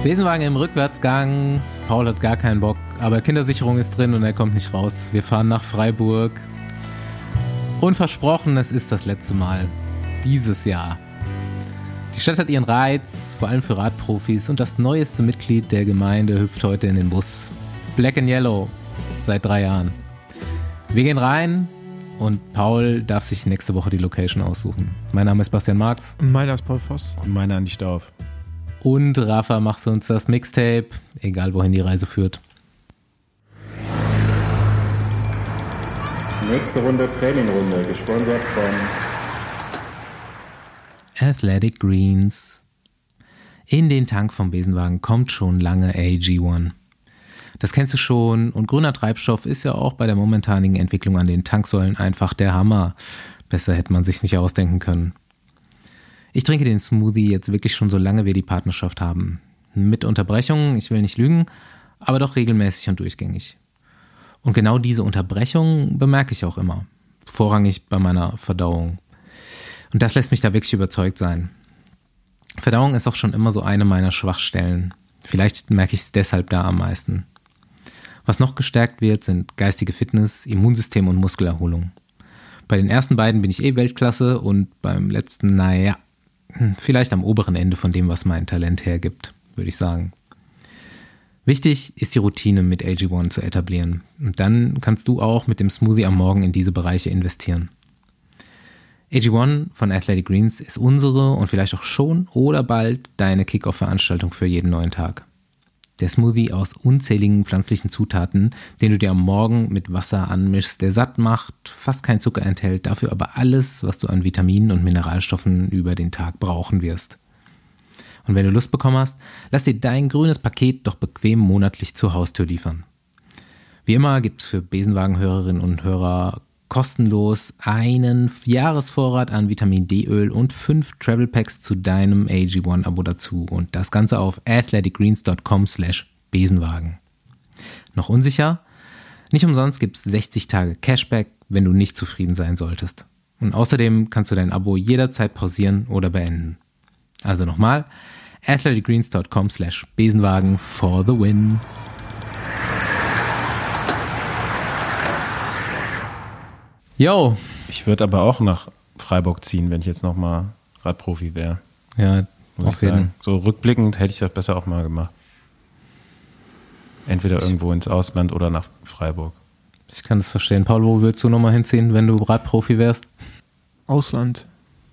Besenwagen im Rückwärtsgang. Paul hat gar keinen Bock, aber Kindersicherung ist drin und er kommt nicht raus. Wir fahren nach Freiburg. Und versprochen, es ist das letzte Mal. Dieses Jahr. Die Stadt hat ihren Reiz, vor allem für Radprofis, und das neueste Mitglied der Gemeinde hüpft heute in den Bus. Black and Yellow. Seit 3 Jahren. Wir gehen rein und Paul darf sich nächste Woche die Location aussuchen. Mein Name ist Bastian Marx. Meiner ist Paul Voss. Und meiner Andi Stauf. Und Rafa macht uns das Mixtape, egal wohin die Reise führt. Nächste Runde Trainingrunde, gesponsert von Athletic Greens. In den Tank vom Besenwagen kommt schon lange AG1. Das kennst du schon und grüner Treibstoff ist ja auch bei der momentanigen Entwicklung an den Tanksäulen einfach der Hammer. Besser hätte man sich's nicht ausdenken können. Ich trinke den Smoothie jetzt wirklich schon so lange wir die Partnerschaft haben. Mit Unterbrechungen, ich will nicht lügen, aber doch regelmäßig und durchgängig. Und genau diese Unterbrechungen bemerke ich auch immer. Vorrangig bei meiner Verdauung. Und das lässt mich da wirklich überzeugt sein. Verdauung ist auch schon immer so eine meiner Schwachstellen. Vielleicht merke ich es deshalb da am meisten. Was noch gestärkt wird, sind geistige Fitness, Immunsystem und Muskelerholung. Bei den ersten beiden bin ich Weltklasse und beim letzten, naja, vielleicht am oberen Ende von dem, was mein Talent hergibt, würde ich sagen. Wichtig ist die Routine mit AG1 zu etablieren. Und dann kannst du auch mit dem Smoothie am Morgen in diese Bereiche investieren. AG1 von Athletic Greens ist unsere und vielleicht auch schon oder bald deine Kick-Off-Veranstaltung für jeden neuen Tag. Der Smoothie aus unzähligen pflanzlichen Zutaten, den du dir am Morgen mit Wasser anmischst, der satt macht, fast kein Zucker enthält, dafür aber alles, was du an Vitaminen und Mineralstoffen über den Tag brauchen wirst. Und wenn du Lust bekommen hast, lass dir dein grünes Paket doch bequem monatlich zur Haustür liefern. Wie immer gibt es für Besenwagen-Hörerinnen und Hörer kostenlos einen Jahresvorrat an Vitamin D-Öl und 5 Travel Packs zu deinem AG1-Abo dazu und das Ganze auf athleticgreens.com/Besenwagen. Noch unsicher? Nicht umsonst gibt es 60 Tage Cashback, wenn du nicht zufrieden sein solltest. Und außerdem kannst du dein Abo jederzeit pausieren oder beenden. Also nochmal, athleticgreens.com/Besenwagen for the win. Yo. Ich würde aber auch nach Freiburg ziehen, wenn ich jetzt nochmal Radprofi wäre. Ja, auf jeden. So rückblickend hätte ich das besser auch mal gemacht. Entweder irgendwo ins Ausland oder nach Freiburg. Ich kann das verstehen. Paul, wo würdest du nochmal hinziehen, wenn du Radprofi wärst? Ausland.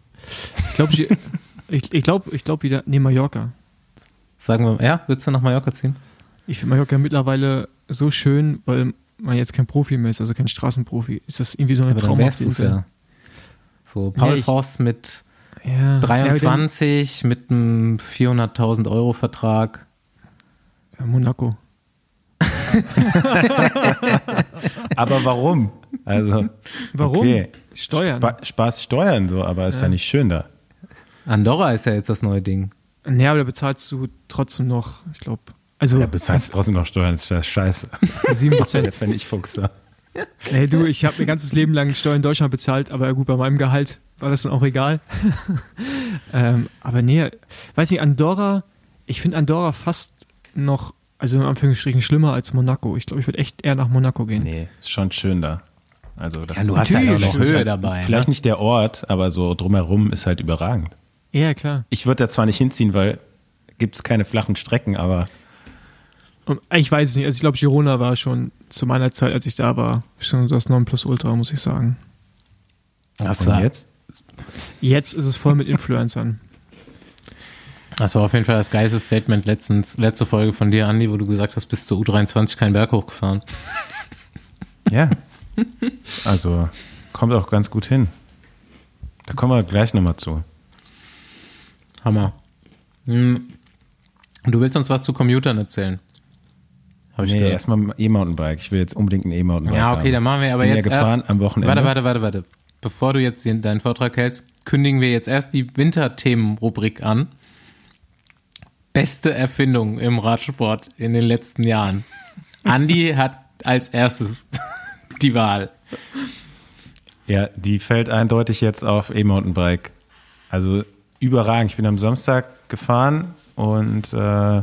Ich glaube wieder, Mallorca. Sagen wir, ja, würdest du nach Mallorca ziehen? Ich finde Mallorca mittlerweile so schön, weil man jetzt kein Profi mehr ist, also kein Straßenprofi. Ist das irgendwie so eine traumhafte Insel? Ja. So Paul Voss mit 23, mit einem 400.000 Euro Vertrag. Ja, Monaco. Aber warum? Also, warum? Okay. Steuern. Spaß Steuern so, aber ist ja nicht schön da. Andorra ist ja jetzt das neue Ding. Ja, aber da bezahlst du trotzdem noch, ich glaube. Also, ja, bezahlst du trotzdem noch Steuern, das ist ja scheiße. 7%. Der fände ich Fuchs da. Hey du, ich habe mein ganzes Leben lang Steuern in Deutschland bezahlt, aber gut, bei meinem Gehalt war das dann auch egal. Aber nee, weiß nicht, Andorra, ich finde Andorra fast noch, also in Anführungsstrichen, schlimmer als Monaco. Ich glaube, ich würde echt eher nach Monaco gehen. Nee, ist schon schön da. Also das ja, du hast ja auch noch Höhe dabei. Vielleicht ne? nicht der Ort, aber so drumherum ist halt überragend. Ja, klar. Ich würde da zwar nicht hinziehen, weil gibt es keine flachen Strecken, aber ich weiß es nicht. Also ich glaube, Girona war schon zu meiner Zeit, als ich da war, schon das Nonplusultra, muss ich sagen. Was war jetzt? Jetzt ist es voll mit Influencern. Das war auf jeden Fall das geilste Statement letzte Folge von dir, Andi, wo du gesagt hast, bis zur U23 keinen Berg hochgefahren. Ja. Also kommt auch ganz gut hin. Da kommen wir gleich nochmal zu. Hammer. Du willst uns was zu Computern erzählen? Nee, erstmal E-Mountainbike. Ich will jetzt unbedingt ein E-Mountainbike Ja, okay, haben. dann machen wir aber Bin jetzt ja gefahren erst, am Wochenende. Warte. Bevor du jetzt deinen Vortrag hältst, kündigen wir jetzt erst die Winterthemen-Rubrik an. Beste Erfindung im Radsport in den letzten Jahren. Andi hat als erstes die Wahl. Ja, die fällt eindeutig jetzt auf E-Mountainbike. Also überragend. Ich bin am Samstag gefahren und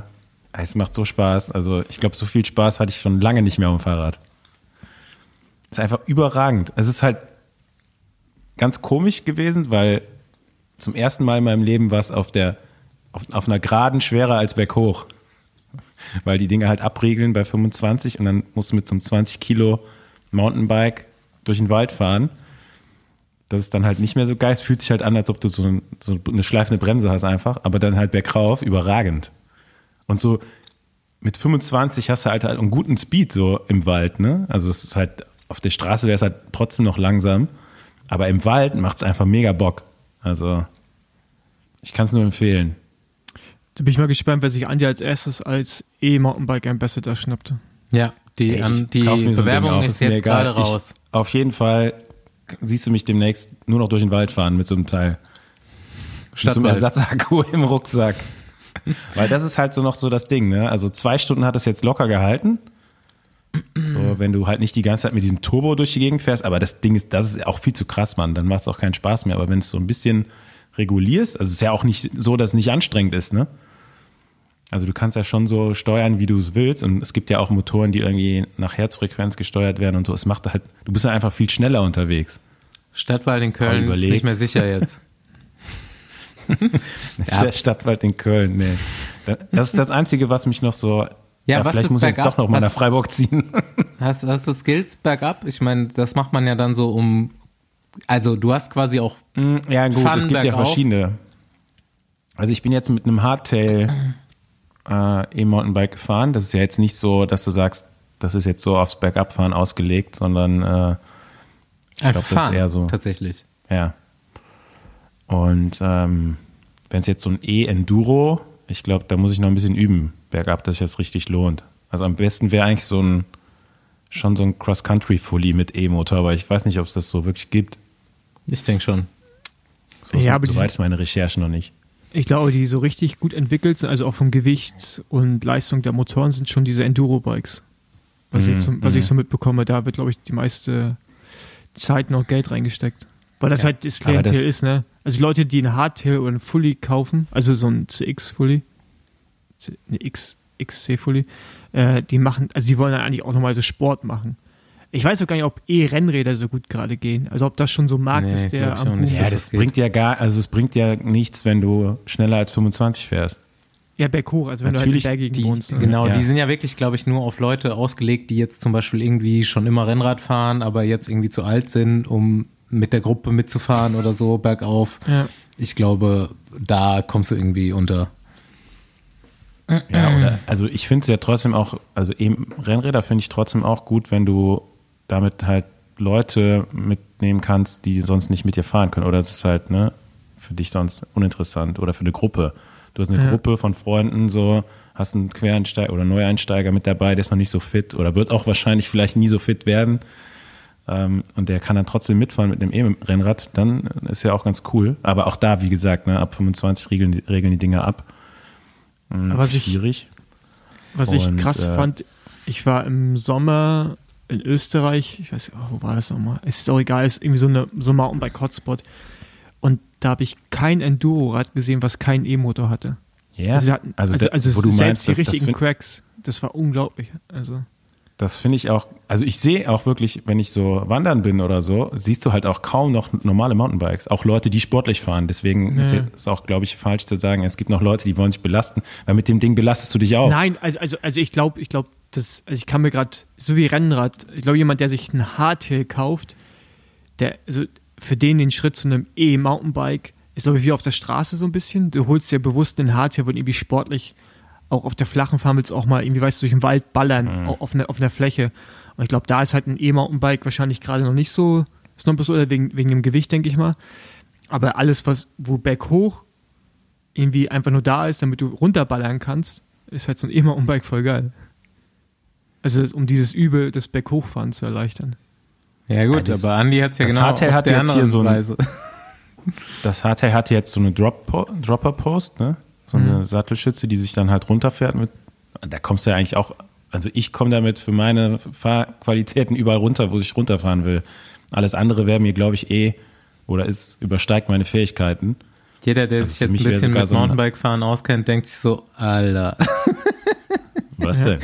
Es macht so Spaß. Also ich glaube, so viel Spaß hatte ich schon lange nicht mehr auf dem Fahrrad. Es ist einfach überragend. Es ist halt ganz komisch gewesen, weil zum ersten Mal in meinem Leben war es auf einer Geraden schwerer als berghoch. Weil die Dinge halt abriegeln bei 25 und dann musst du mit so einem 20 Kilo Mountainbike durch den Wald fahren. Das ist dann halt nicht mehr so geil. Es fühlt sich halt an, als ob du so eine schleifende Bremse hast einfach, aber dann halt bergauf, überragend. Und so mit 25 hast du halt einen guten Speed so im Wald, ne? Also es ist halt, auf der Straße wäre es halt trotzdem noch langsam, aber im Wald macht es einfach mega Bock. Also ich kann es nur empfehlen. Da bin ich mal gespannt, wer sich Andi als erstes als E-Mountainbike Ambassador schnappte. Ja, die Bewerbung ist jetzt gerade raus. Auf jeden Fall siehst du mich demnächst nur noch durch den Wald fahren mit so einem Teil. Mit so einem Ersatzakku im Rucksack. Weil das ist halt so noch so das Ding, ne? Also 2 Stunden hat es jetzt locker gehalten. So, wenn du halt nicht die ganze Zeit mit diesem Turbo durch die Gegend fährst, aber das ist auch viel zu krass, Mann. Dann macht es auch keinen Spaß mehr. Aber wenn es so ein bisschen regulierst, also es ist ja auch nicht so, dass es nicht anstrengend ist, ne? Also du kannst ja schon so steuern, wie du es willst. Und es gibt ja auch Motoren, die irgendwie nach Herzfrequenz gesteuert werden und so. Es macht halt, du bist ja einfach viel schneller unterwegs. Stadtwald in Köln ist nicht mehr sicher jetzt. Ja. Der Stadtwald in Köln, nee. Das ist das Einzige, was mich noch so... Ja, vielleicht muss ich jetzt doch noch mal nach Freiburg ziehen. Hast du Skills bergab? Ich meine, das macht man ja dann so also du hast quasi auch ja gut, Fun es gibt bergauf. Ja verschiedene. Also ich bin jetzt mit einem Hardtail E-Mountainbike gefahren. Das ist ja jetzt nicht so, dass du sagst, das ist jetzt so aufs Bergabfahren ausgelegt, sondern ich glaube, das ist eher so. Tatsächlich. Ja. Und wenn es jetzt so ein E-Enduro, ich glaube, da muss ich noch ein bisschen üben, bergab, dass sich das richtig lohnt. Also am besten wäre eigentlich schon so ein Cross-Country-Fully mit E-Motor, aber ich weiß nicht, ob es das so wirklich gibt. Ich denke schon. So weit ist meine Recherche noch nicht. Ich glaube, die so richtig gut entwickelt sind, also auch vom Gewicht und Leistung der Motoren, sind schon diese Enduro-Bikes. Was ich so mitbekomme, da wird, glaube ich, die meiste Zeit noch Geld reingesteckt. Weil das halt das Klientel ist, ne? Also die Leute, die ein Hardtail oder ein Fully kaufen, also so ein CX-Fully, eine XC-Fully, die wollen dann eigentlich auch nochmal so Sport machen. Ich weiß auch gar nicht, ob E-Rennräder so gut gerade gehen. Also ob das schon so ein Markt ist, der am Boom ist. Ja, es bringt ja nichts, wenn du schneller als 25 fährst. Ja, berghoch, also wenn natürlich, du halt in bergigen wohnst. Ne? Genau, die sind ja wirklich, glaube ich, nur auf Leute ausgelegt, die jetzt zum Beispiel irgendwie schon immer Rennrad fahren, aber jetzt irgendwie zu alt sind, um mit der Gruppe mitzufahren oder so bergauf. Ja. Ich glaube, da kommst du irgendwie unter. Ja, also ich finde es ja trotzdem auch, also eben Rennräder finde ich trotzdem auch gut, wenn du damit halt Leute mitnehmen kannst, die sonst nicht mit dir fahren können. Oder es ist halt, ne, für dich sonst uninteressant oder für eine Gruppe. Du hast eine Gruppe von Freunden, so, hast einen Quereinsteiger oder Neueinsteiger mit dabei, der ist noch nicht so fit oder wird auch wahrscheinlich vielleicht nie so fit werden. Und der kann dann trotzdem mitfahren mit einem E-Rennrad, dann ist ja auch ganz cool. Aber auch da, wie gesagt, ne, ab 25 regeln die Dinger ab. Schwierig. Was ich krass fand, ich war im Sommer in Österreich, ich weiß nicht, wo war das nochmal? Ist auch egal, ist irgendwie so ein Mountainbike-Hotspot. Und da habe ich kein Enduro-Rad gesehen, was keinen E-Motor hatte. Ja, also wo du selbst meinst, die richtigen Cracks, das war unglaublich. Also das finde ich auch, also ich sehe auch wirklich, wenn ich so wandern bin oder so, siehst du halt auch kaum noch normale Mountainbikes. Auch Leute, die sportlich fahren. Deswegen ist es auch, glaube ich, falsch zu sagen, es gibt noch Leute, die wollen sich belasten, weil mit dem Ding belastest du dich auch. Nein, also ich glaube, ich kann mir gerade, so wie Rennrad, ich glaube, jemand, der sich ein Hardtail kauft, also für den Schritt zu einem E-Mountainbike ist, glaube ich, wie auf der Straße so ein bisschen. Du holst dir bewusst den Hardtail, wo du irgendwie sportlich auch auf der flachen Farm willst, auch mal irgendwie, weißt du, durch den Wald ballern, auf einer Fläche. Und ich glaube, da ist halt ein E-Mountainbike wahrscheinlich gerade noch nicht so, ist noch ein bisschen, oder wegen dem Gewicht, denke ich mal. Aber alles, wo berghoch irgendwie einfach nur da ist, damit du runterballern kannst, ist halt so ein E-Mountainbike voll geil. Also um dieses Übel des Berghochfahren zu erleichtern. Ja gut, aber Andi hat es ja genau Hardtail auf der anderen Weise. Das Hardtail hatte jetzt so eine Dropper-Post, ne? So eine Sattelschütze, die sich dann halt runterfährt. Da kommst du ja eigentlich auch, also ich komme damit für meine Fahrqualitäten überall runter, wo ich runterfahren will. Alles andere wäre mir, glaube ich, übersteigt meine Fähigkeiten. Jeder, der sich jetzt ein bisschen mit Mountainbike-Fahren auskennt, denkt sich so, Alter. Was denn?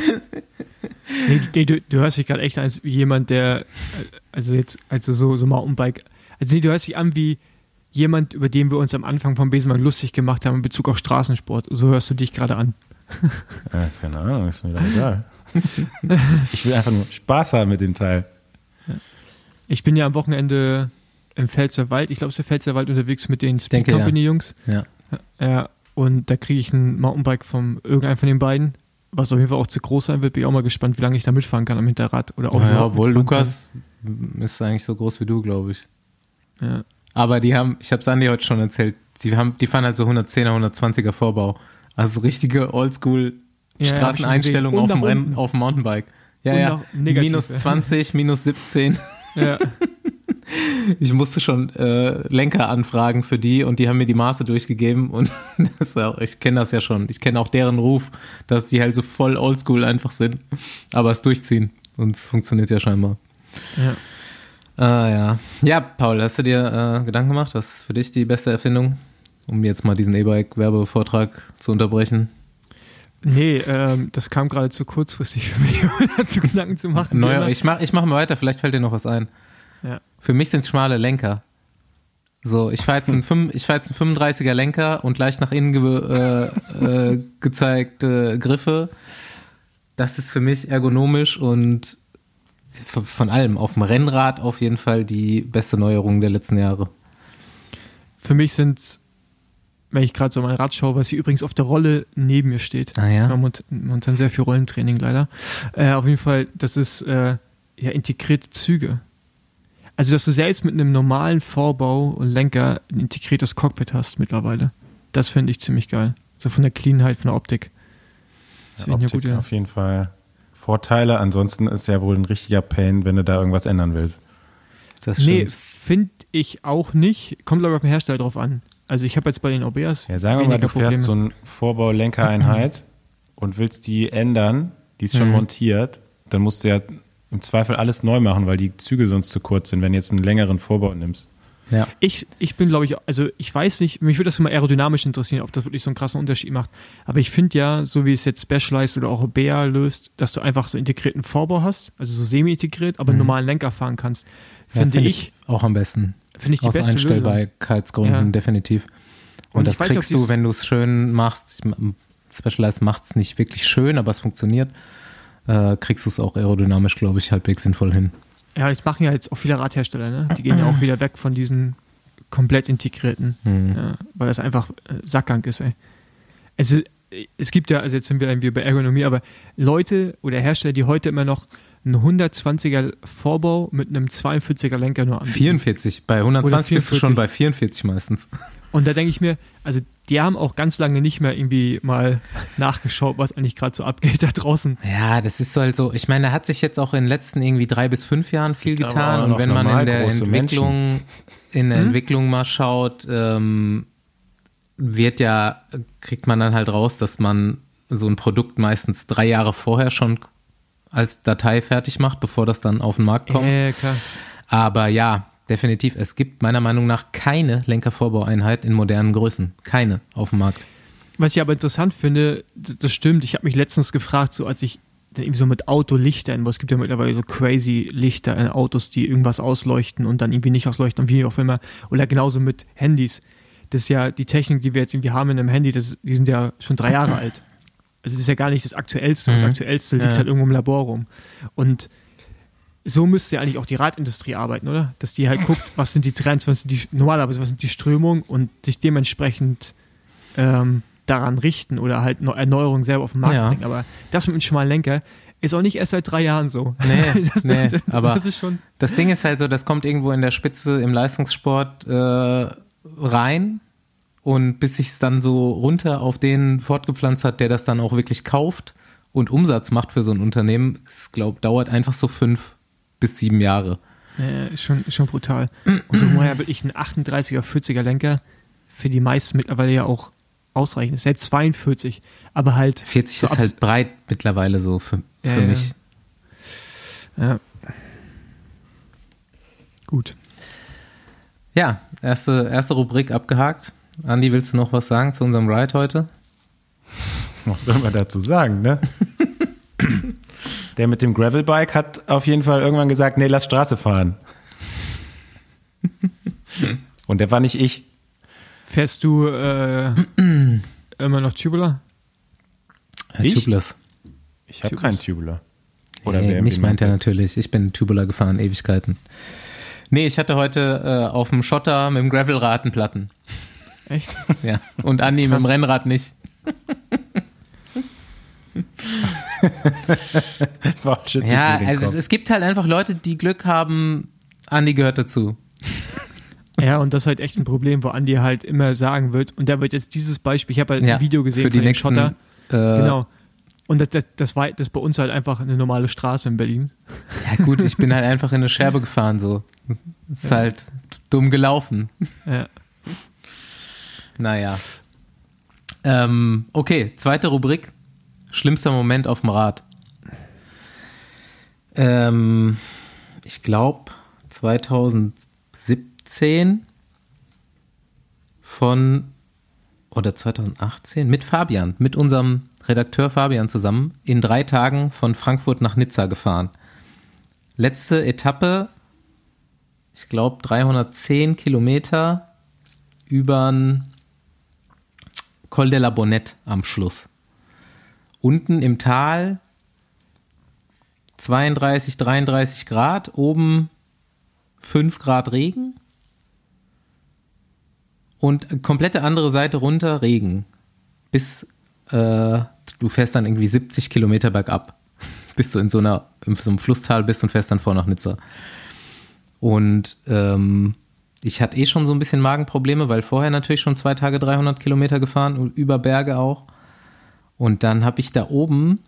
Du hörst dich gerade echt an als jemand, der, so Mountainbike, du hörst dich an wie jemand, über den wir uns am Anfang vom Besenwagen lustig gemacht haben in Bezug auf Straßensport. So hörst du dich gerade an. Ja, keine Ahnung, ist mir doch egal. Ich will einfach nur Spaß haben mit dem Teil. Ich bin ja am Wochenende im Pfälzerwald, ich glaube, es ist der Pfälzerwald unterwegs mit den Speed denke, Company-Jungs. Ja. Ja, und da kriege ich ein Mountainbike von irgendeinem von den beiden, was auf jeden Fall auch zu groß sein wird. Bin ich auch mal gespannt, wie lange ich da mitfahren kann am Hinterrad. Oder auch obwohl Lukas ist eigentlich so groß wie du, glaube ich. Ja. Aber ich habe Sandy heute schon erzählt, die fahren halt so 110er, 120er Vorbau. Also richtige Oldschool Straßeneinstellung auf dem Mountainbike. Ja. Minus 20, minus 17. Ja. Ich musste schon Lenker anfragen für die und die haben mir die Maße durchgegeben und ich kenne das ja schon. Ich kenne auch deren Ruf, dass die halt so voll oldschool einfach sind, aber es durchziehen und es funktioniert ja scheinbar. Ja. Ja, Paul, hast du dir Gedanken gemacht? Was ist für dich die beste Erfindung? Um jetzt mal diesen E-Bike-Werbevortrag zu unterbrechen. Nee, das kam gerade zu kurzfristig für mich, um dazu Gedanken zu machen. Ich mach mal weiter, vielleicht fällt dir noch was ein. Ja. Für mich sind es schmale Lenker. So, ich fahre jetzt einen 35er Lenker und leicht nach innen gezeigte Griffe. Das ist für mich ergonomisch und von allem, auf dem Rennrad auf jeden Fall die beste Neuerung der letzten Jahre. Für mich sind es, wenn ich gerade so mein Rad schaue, was hier übrigens auf der Rolle neben mir steht. Ah ja? Momentan sehr viel Rollentraining leider. Auf jeden Fall, das ist integrierte Züge. Also, dass du selbst mit einem normalen Vorbau und Lenker ein integriertes Cockpit hast mittlerweile. Das finde ich ziemlich geil. So von der Cleanheit, von der Optik. Das finde ich ja gut, ja. Auf jeden Fall Vorteile. Ansonsten ist ja wohl ein richtiger Pain, wenn du da irgendwas ändern willst. Das stimmt. Nee, finde ich auch nicht. Kommt, glaube ich, auf den Hersteller drauf an. Also ich habe jetzt bei den Obeas ja, sagen wir mal, du fährst so eine Vorbau-Lenkereinheit und willst die ändern, die ist schon montiert, dann musst du ja im Zweifel alles neu machen, weil die Züge sonst zu kurz sind, wenn du jetzt einen längeren Vorbau nimmst. Ja. Ich bin, glaube ich, also ich weiß nicht, mich würde das immer aerodynamisch interessieren, ob das wirklich so einen krassen Unterschied macht. Aber ich finde ja, so wie es jetzt Specialized oder auch Obea löst, dass du einfach so integrierten Vorbau hast, also so semi-integriert, aber einen normalen Lenker fahren kannst, finde ich auch am besten. Finde ich die aus beste Einstellbarkeitsgründen definitiv. Und das ich weiß nicht, kriegst du, wenn du es schön machst. Specialized macht es nicht wirklich schön, aber es funktioniert. Kriegst du es auch aerodynamisch, glaube ich, halbwegs sinnvoll hin. Ja, das machen ja jetzt auch viele Radhersteller, ne? Die gehen ja auch wieder weg von diesen komplett integrierten, weil das einfach Sackgang ist, ey. Also es gibt ja, also jetzt sind wir irgendwie bei Ergonomie, aber Leute oder Hersteller, die heute immer noch einen 120er Vorbau mit einem 42er Lenker nur anbieten. 44, bei 120 bist du schon bei 44 meistens. Und da denke ich mir, also die haben auch ganz lange nicht mehr irgendwie mal nachgeschaut, was eigentlich gerade so abgeht da draußen. Ja, das ist halt so, ich meine, da hat sich jetzt auch in den letzten irgendwie 3 bis 5 Jahren viel getan und wenn man in der Entwicklung mal schaut, kriegt man dann halt raus, dass man so ein Produkt meistens 3 Jahre vorher schon als Datei fertig macht, bevor das dann auf den Markt kommt. Ja, klar. Aber ja, definitiv, es gibt meiner Meinung nach keine Lenkervorbaueinheit in modernen Größen. Keine auf dem Markt. Was ich aber interessant finde, das stimmt, ich habe mich letztens gefragt, so als ich dann irgendwie so mit Autolichtern, weil es gibt ja mittlerweile so crazy Lichter in Autos, die irgendwas ausleuchten und dann irgendwie nicht ausleuchten und wie auch immer. Oder genauso mit Handys. Das ist ja die Technik, die wir jetzt irgendwie haben in einem Handy, die sind ja schon 3 Jahre alt. Also das ist ja gar nicht das Aktuellste. Das Aktuellste liegt halt irgendwo im Labor rum. Und so müsste ja eigentlich auch die Radindustrie arbeiten, oder? Dass die halt guckt, was sind die Trends, was sind die Strömungen und sich dementsprechend daran richten oder halt Erneuerungen selber auf den Markt bringen. Aber das mit einem schmalen Lenker ist auch nicht erst seit 3 Jahren so. Nee, aber das ist schon. Das Ding ist halt so, das kommt irgendwo in der Spitze im Leistungssport rein. Und bis sich es dann so runter auf den fortgepflanzt hat, der das dann auch wirklich kauft und Umsatz macht für so ein Unternehmen, ich glaube, dauert einfach so 5 bis 7 Jahre. Ja, ist schon brutal. Und so war ja wirklich ein 38er, 40er Lenker für die meisten mittlerweile ja auch ausreichend. Selbst 42, aber halt 40 so ist halt breit mittlerweile so für mich. Ja. Gut. Ja, erste Rubrik abgehakt. Andi, willst du noch was sagen zu unserem Ride heute? Was soll man dazu sagen, ne? Der mit dem Gravelbike hat auf jeden Fall irgendwann gesagt, nee, lass Straße fahren. Und der war nicht ich. Fährst du immer noch Tubular? Ich? Tubeless. Ich habe keinen Tubular. Oder Nee, wer mich meint er das? natürlich. Ich bin Tubular gefahren, Ewigkeiten. Nee, ich hatte heute auf dem Schotter mit dem Gravelrad einen Platten. Echt? Ja. Und Andi mit dem Krass. Rennrad nicht. Wow, shit, Ja, den also Kopf. es gibt halt einfach Leute, die Glück haben, Andi gehört dazu. Ja, und das ist halt echt ein Problem, wo Andi halt immer sagen wird, und der wird jetzt dieses Beispiel, ich habe halt ein Video gesehen für die von dem nächsten, Schotter. Genau. Und das war das bei uns halt einfach eine normale Straße in Berlin. Ja gut, ich bin halt einfach in eine Scherbe gefahren so. Ist halt dumm gelaufen. Ja. Naja. Okay, zweite Rubrik. Schlimmster Moment auf dem Rad. Ich glaube 2017 oder 2018 mit Fabian, mit unserem Redakteur Fabian zusammen, in 3 Tagen von Frankfurt nach Nizza gefahren. Letzte Etappe, ich glaube 310 Kilometer übern Col de la Bonette am Schluss. Unten im Tal 32, 33 Grad, oben 5 Grad Regen und komplette andere Seite runter Regen. Bis du fährst dann irgendwie 70 Kilometer bergab, bis du in so einem Flusstal bist und fährst dann vor nach Nizza. Und ich hatte schon so ein bisschen Magenprobleme, weil vorher natürlich schon 2 Tage 300 Kilometer gefahren und über Berge auch. Und dann habe ich da oben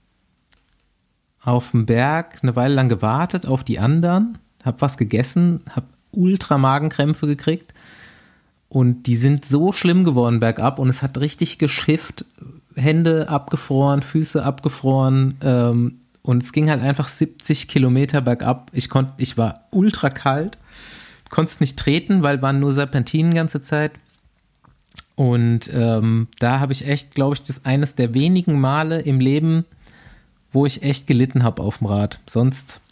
auf dem Berg eine Weile lang gewartet auf die anderen, habe was gegessen, habe ultra Magenkrämpfe gekriegt und die sind so schlimm geworden bergab und es hat richtig geschifft, Hände abgefroren, Füße abgefroren und es ging halt einfach 70 Kilometer bergab. Ich war ultra kalt, konnte es nicht treten, weil waren nur Serpentinen die ganze Zeit. Und da habe ich echt, glaube ich, das eines der wenigen Male im Leben, wo ich echt gelitten habe auf dem Rad. Sonst,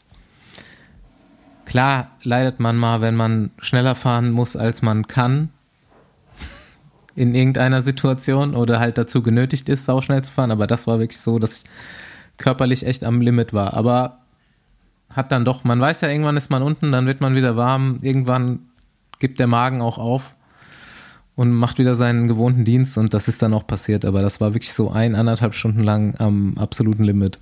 klar, leidet man mal, wenn man schneller fahren muss, als man kann in irgendeiner Situation oder halt dazu genötigt ist, sauschnell zu fahren. Aber das war wirklich so, dass ich körperlich echt am Limit war. Aber hat dann doch, man weiß ja, irgendwann ist man unten, dann wird man wieder warm. Irgendwann gibt der Magen auch auf und macht wieder seinen gewohnten Dienst und das ist dann auch passiert. Aber das war wirklich so 1,5 Stunden lang am absoluten Limit.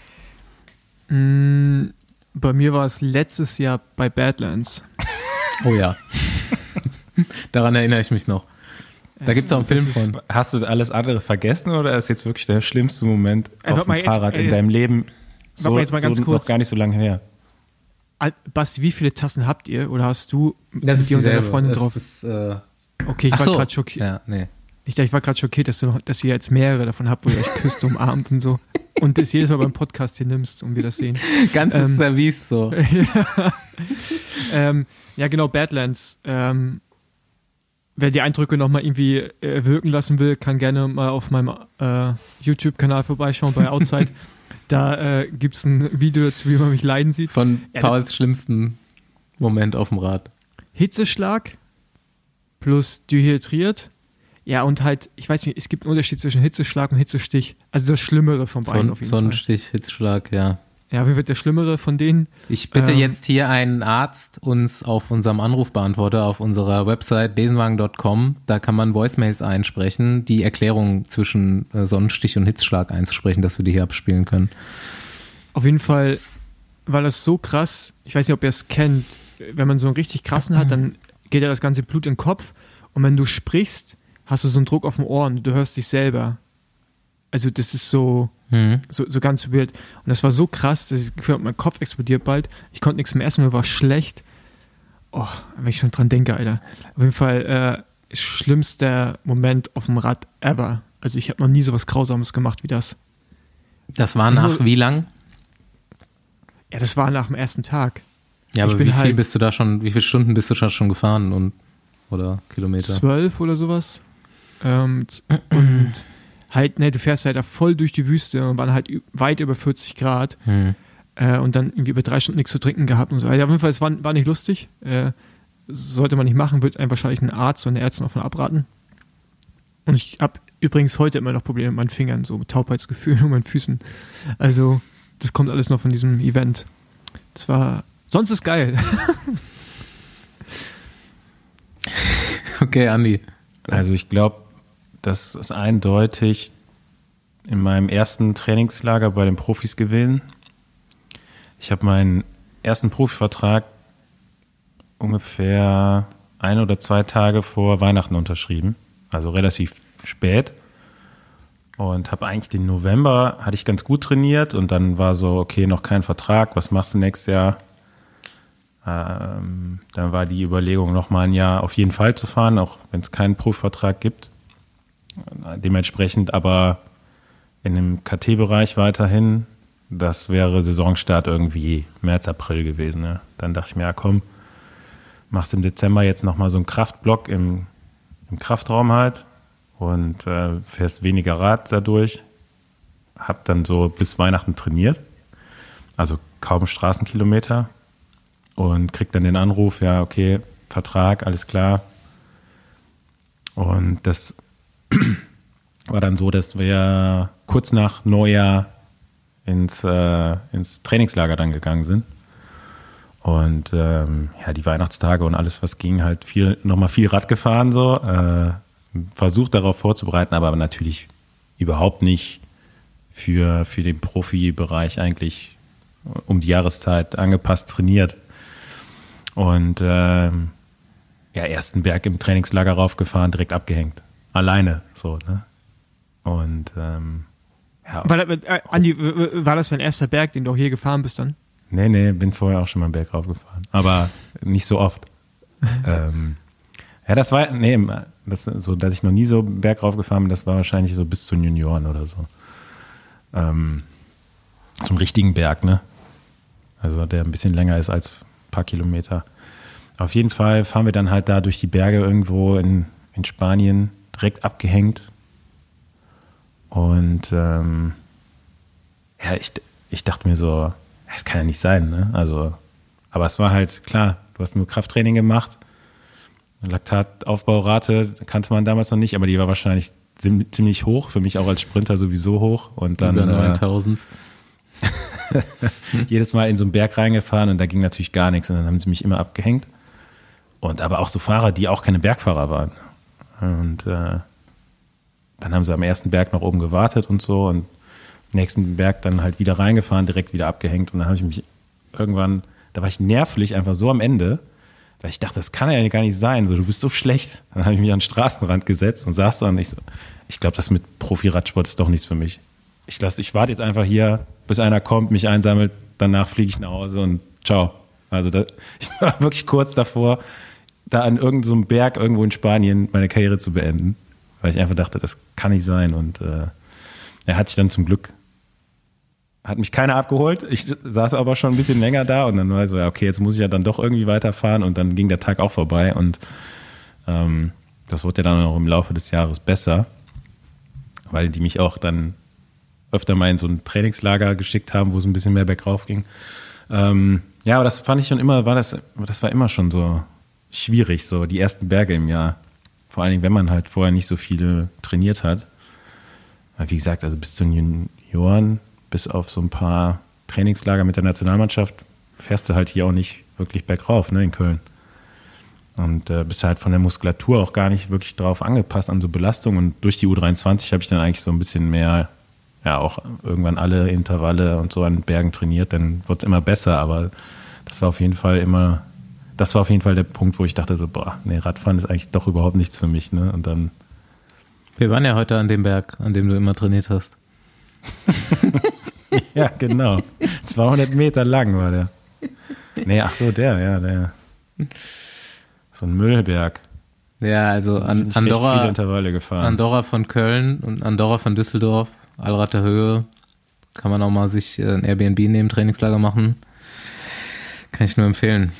Bei mir war es letztes Jahr bei Badlands. Oh ja. Daran erinnere ich mich noch. Da gibt es auch einen Film von. Hast du alles andere vergessen oder ist jetzt wirklich der schlimmste Moment auf dem Fahrrad in deinem Leben so jetzt mal ganz kurz. noch gar nicht so lange her? Basti, wie viele Tassen habt ihr oder hast du Das ist dir und deiner dieselbe. Freundin Das drauf? ist, Okay, ich ach war so. gerade schockiert. Ja, nee. Ich war gerade schockiert, dass ihr jetzt mehrere davon habt, wo ihr euch küsst, umarmt und so. Und das jedes Mal beim Podcast hier nimmst und wir das sehen. Ganzes Service so. Ja, genau, Badlands. Wer die Eindrücke nochmal irgendwie wirken lassen will, kann gerne mal auf meinem YouTube-Kanal vorbeischauen bei Outside. Da gibt es ein Video dazu, wie man mich leiden sieht. Von Ja, Pauls schlimmsten Moment auf dem Rad. Hitzeschlag plus dehydriert. Ja, und halt, ich weiß nicht, es gibt einen Unterschied zwischen Hitzeschlag und Hitzestich. Also das Schlimmere von beiden auf jeden Fall. Sonnenstich, Hitzschlag, ja. Ja, wie wird der Schlimmere von denen? Ich bitte jetzt hier einen Arzt, uns auf unserem Anrufbeantworter auf unserer Website besenwagen.com, da kann man Voicemails einsprechen, die Erklärung zwischen Sonnenstich und Hitzschlag einzusprechen, dass wir die hier abspielen können. Auf jeden Fall war das so krass, ich weiß nicht, ob ihr es kennt, wenn man so einen richtig krassen hat, dann geht ja das ganze Blut in den Kopf und wenn du sprichst, hast du so einen Druck auf dem Ohr und du hörst dich selber. Also das ist so ganz weird. Und das war so krass, dass ich das Gefühl habe, mein Kopf explodiert bald. Ich konnte nichts mehr essen, mir war schlecht. Oh, wenn ich schon dran denke, Alter. Auf jeden Fall schlimmster Moment auf dem Rad ever. Also ich habe noch nie so was Grausames gemacht wie das. Das war nach wie lang? Ja, das war nach dem ersten Tag. Ja, aber wie wie viele Stunden bist du schon gefahren oder Kilometer? 12 oder sowas. Und halt, ne, du fährst halt da voll durch die Wüste und waren halt weit über 40 Grad und dann irgendwie über 3 Stunden nichts zu trinken gehabt und so. Also auf jeden Fall, es war nicht lustig. Sollte man nicht machen, wird einem wahrscheinlich ein Arzt oder eine Ärztin davon abraten. Und ich habe übrigens heute immer noch Probleme mit meinen Fingern, so mit Taubheitsgefühl und meinen Füßen. Also, das kommt alles noch von diesem Event. Sonst ist geil. Okay, Andi. Also ich glaube, das ist eindeutig in meinem ersten Trainingslager bei den Profis gewesen. Ich habe meinen ersten Profivertrag ungefähr 1 oder 2 Tage vor Weihnachten unterschrieben, also relativ spät. Und habe eigentlich den November, hatte ich ganz gut trainiert und dann war so, okay, noch kein Vertrag, was machst du nächstes Jahr? Dann war die Überlegung, nochmal ein Jahr auf jeden Fall zu fahren, auch wenn es keinen Profivertrag gibt. Dementsprechend aber in dem KT-Bereich weiterhin, das wäre Saisonstart irgendwie März, April gewesen. Ne? Dann dachte ich mir, ja komm, machst im Dezember jetzt nochmal so einen Kraftblock im Kraftraum halt und fährst weniger Rad dadurch. Hab dann so bis Weihnachten trainiert, also kaum Straßenkilometer. Und kriegt dann den Anruf, ja, okay, Vertrag, alles klar. Und das war dann so, dass wir kurz nach Neujahr ins Trainingslager dann gegangen sind. Und die Weihnachtstage und alles, was ging, halt nochmal viel Rad gefahren, so. Versucht darauf vorzubereiten, aber natürlich überhaupt nicht für den Profibereich eigentlich um die Jahreszeit angepasst trainiert. Und ersten Berg im Trainingslager raufgefahren, direkt abgehängt. Alleine, so, ne? Und Andi, war das dein erster Berg, den du auch hier gefahren bist dann? Nee, bin vorher auch schon mal einen Berg raufgefahren. Aber nicht so oft. Das war, so, dass ich noch nie so einen Berg raufgefahren bin, das war wahrscheinlich so bis zu den Junioren oder so. So einen richtigen Berg, ne? Also der ein bisschen länger ist als paar Kilometer. Auf jeden Fall fahren wir dann halt da durch die Berge irgendwo in Spanien, direkt abgehängt. Und ich dachte mir so, das kann ja nicht sein, ne? Also, aber es war halt klar, du hast nur Krafttraining gemacht. Laktataufbaurate kannte man damals noch nicht, aber die war wahrscheinlich ziemlich hoch, für mich auch als Sprinter sowieso hoch. Und dann über 9000. Jedes Mal in so einen Berg reingefahren und da ging natürlich gar nichts und dann haben sie mich immer abgehängt. Und aber auch so Fahrer, die auch keine Bergfahrer waren. Und dann haben sie am ersten Berg noch oben gewartet und so und nächsten Berg dann halt wieder reingefahren, direkt wieder abgehängt und dann habe ich mich irgendwann, da war ich nervlich einfach so am Ende, weil ich dachte, das kann ja gar nicht sein, so du bist so schlecht. Dann habe ich mich an den Straßenrand gesetzt und saß da und ich glaube, das mit Profi-Radsport ist doch nichts für mich. Ich warte jetzt einfach hier, bis einer kommt, mich einsammelt, danach fliege ich nach Hause und ciao. Also ich war wirklich kurz davor, da an irgendeinem so Berg irgendwo in Spanien meine Karriere zu beenden, weil ich einfach dachte, das kann nicht sein. Und er hat sich dann zum Glück, hat mich keiner abgeholt. Ich saß aber schon ein bisschen länger da und dann war so, ja okay, jetzt muss ich ja dann doch irgendwie weiterfahren und dann ging der Tag auch vorbei und das wurde ja dann auch im Laufe des Jahres besser, weil die mich auch dann öfter mal in so ein Trainingslager geschickt haben, wo es ein bisschen mehr bergauf ging. Aber das fand ich schon immer, das war immer schon so schwierig, so die ersten Berge im Jahr. Vor allen Dingen, wenn man halt vorher nicht so viele trainiert hat. Wie gesagt, also bis zu den Junioren, bis auf so ein paar Trainingslager mit der Nationalmannschaft, fährst du halt hier auch nicht wirklich bergauf, ne, in Köln. Und bist halt von der Muskulatur auch gar nicht wirklich drauf angepasst an so Belastung. Und durch die U23 habe ich dann eigentlich so ein bisschen mehr, ja, auch irgendwann alle Intervalle und so an Bergen trainiert, dann wird es immer besser, aber das war auf jeden Fall der Punkt, wo ich dachte so, Radfahren ist eigentlich doch überhaupt nichts für mich, ne? Und dann. Wir waren ja heute an dem Berg, an dem du immer trainiert hast. Ja, genau. 200 Meter lang war der. Nee, ach so, der. So ein Müllberg. Ja, also Andorra, viele Intervalle gefahren. Andorra von Köln und Andorra von Düsseldorf, Allrad der Höhe. Kann man auch mal sich ein Airbnb nehmen, Trainingslager machen. Kann ich nur empfehlen.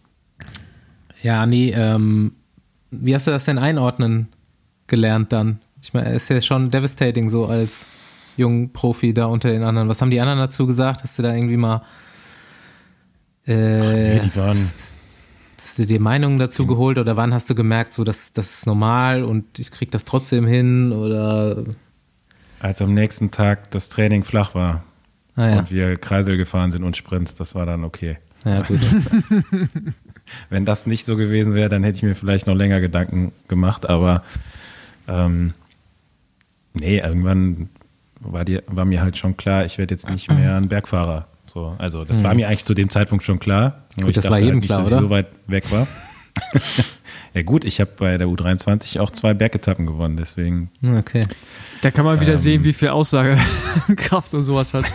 Ja, Andi, wie hast du das denn einordnen gelernt dann? Ich meine, es ist ja schon devastating so als junger Profi da unter den anderen. Was haben die anderen dazu gesagt? Hast du da irgendwie mal Nee, die waren... Hast du dir Meinungen dazu geholt oder wann hast du gemerkt, so das ist normal und ich krieg das trotzdem hin oder? Als am nächsten Tag das Training flach war und wir Kreisel gefahren sind und Sprints, das war dann okay. Ja, gut. Wenn das nicht so gewesen wäre, dann hätte ich mir vielleicht noch länger Gedanken gemacht, aber nee, irgendwann war mir halt schon klar, ich werde jetzt nicht mehr ein Bergfahrer. So, also das war mir eigentlich zu dem Zeitpunkt schon klar. Gut, das war jedem klar, dass oder? Ich so weit weg war. Ja gut, ich habe bei der U23 auch 2 Bergetappen gewonnen, deswegen. Okay. Da kann man wieder sehen, wie viel Aussagekraft und sowas hat.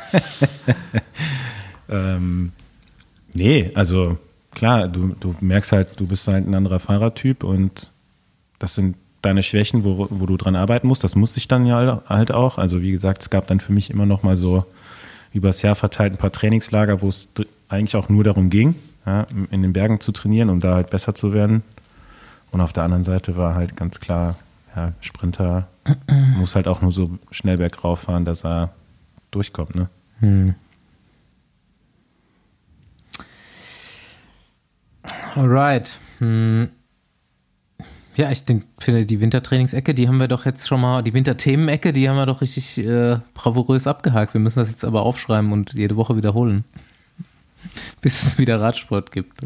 Nee, also klar, du merkst halt, du bist halt ein anderer Fahrertyp und das sind deine Schwächen, wo du dran arbeiten musst. Das musste ich dann ja halt auch. Also wie gesagt, es gab dann für mich immer noch mal so übers Jahr verteilt ein paar Trainingslager, wo es eigentlich auch nur darum ging, ja, in den Bergen zu trainieren, um da halt besser zu werden. Und auf der anderen Seite war halt ganz klar, ja, Sprinter muss halt auch nur so schnell bergauf fahren, dass er durchkommt, ne? Alright. Ja, ich finde, die Wintertrainingsecke, die haben wir doch jetzt schon mal, die Winterthemenecke, die haben wir doch richtig bravourös abgehakt. Wir müssen das jetzt aber aufschreiben und jede Woche wiederholen, bis es wieder Radsport gibt.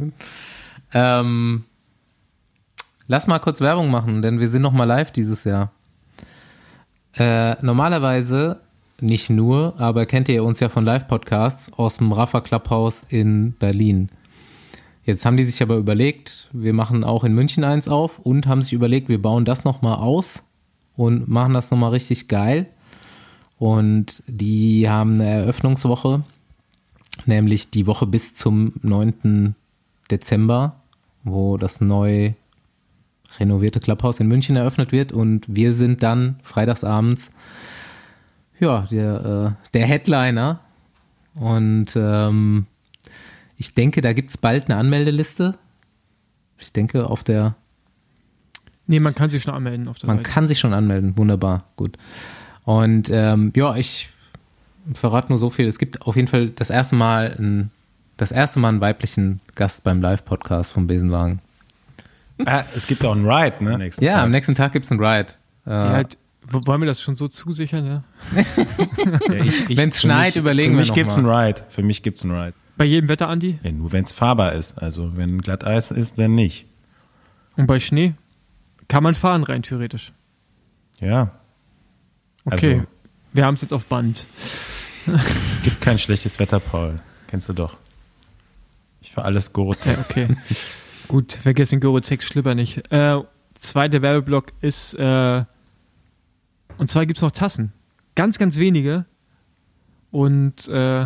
Lass mal kurz Werbung machen, denn wir sind noch mal live dieses Jahr. Normalerweise, nicht nur, aber kennt ihr uns ja von Live-Podcasts aus dem Rafa Clubhaus in Berlin. Jetzt haben die sich aber überlegt, wir machen auch in München eins auf und haben sich überlegt, wir bauen das nochmal aus und machen das nochmal richtig geil. Und die haben eine Eröffnungswoche, nämlich die Woche bis zum 9. Dezember, wo das neu renovierte Clubhaus in München eröffnet wird. Und wir sind dann freitagsabends ja, der Headliner. Und ich denke, da gibt es bald eine Anmeldeliste. Ich denke, auf der... Nee, man kann sich schon anmelden auf der Man Seite. kann sich schon anmelden, wunderbar, gut. Und ja, ich verrate nur so viel. Es gibt auf jeden Fall das erste Mal einen weiblichen Gast beim Live-Podcast vom Besenwagen. Es gibt auch einen Ride, ne? Ja, am nächsten Tag gibt es einen Ride. Ja, wollen wir das schon so zusichern, ja? Wenn es schneit, überlegen wir noch mal. Für mich gibt es einen Ride. Bei jedem Wetter, Andi? Ja, nur wenn es fahrbar ist. Also wenn Glatteis ist, dann nicht. Und bei Schnee? Kann man fahren, rein theoretisch. Ja. Okay, Also, wir haben es jetzt auf Band. es gibt kein schlechtes Wetter, Paul. Kennst du doch. Ich fahre alles Gore-Tex. Ja, okay. Gut, vergessen Gore-Tex Schlipper nicht. Zweiter Werbeblock ist, und zwar gibt es noch Tassen. Ganz, ganz wenige. Und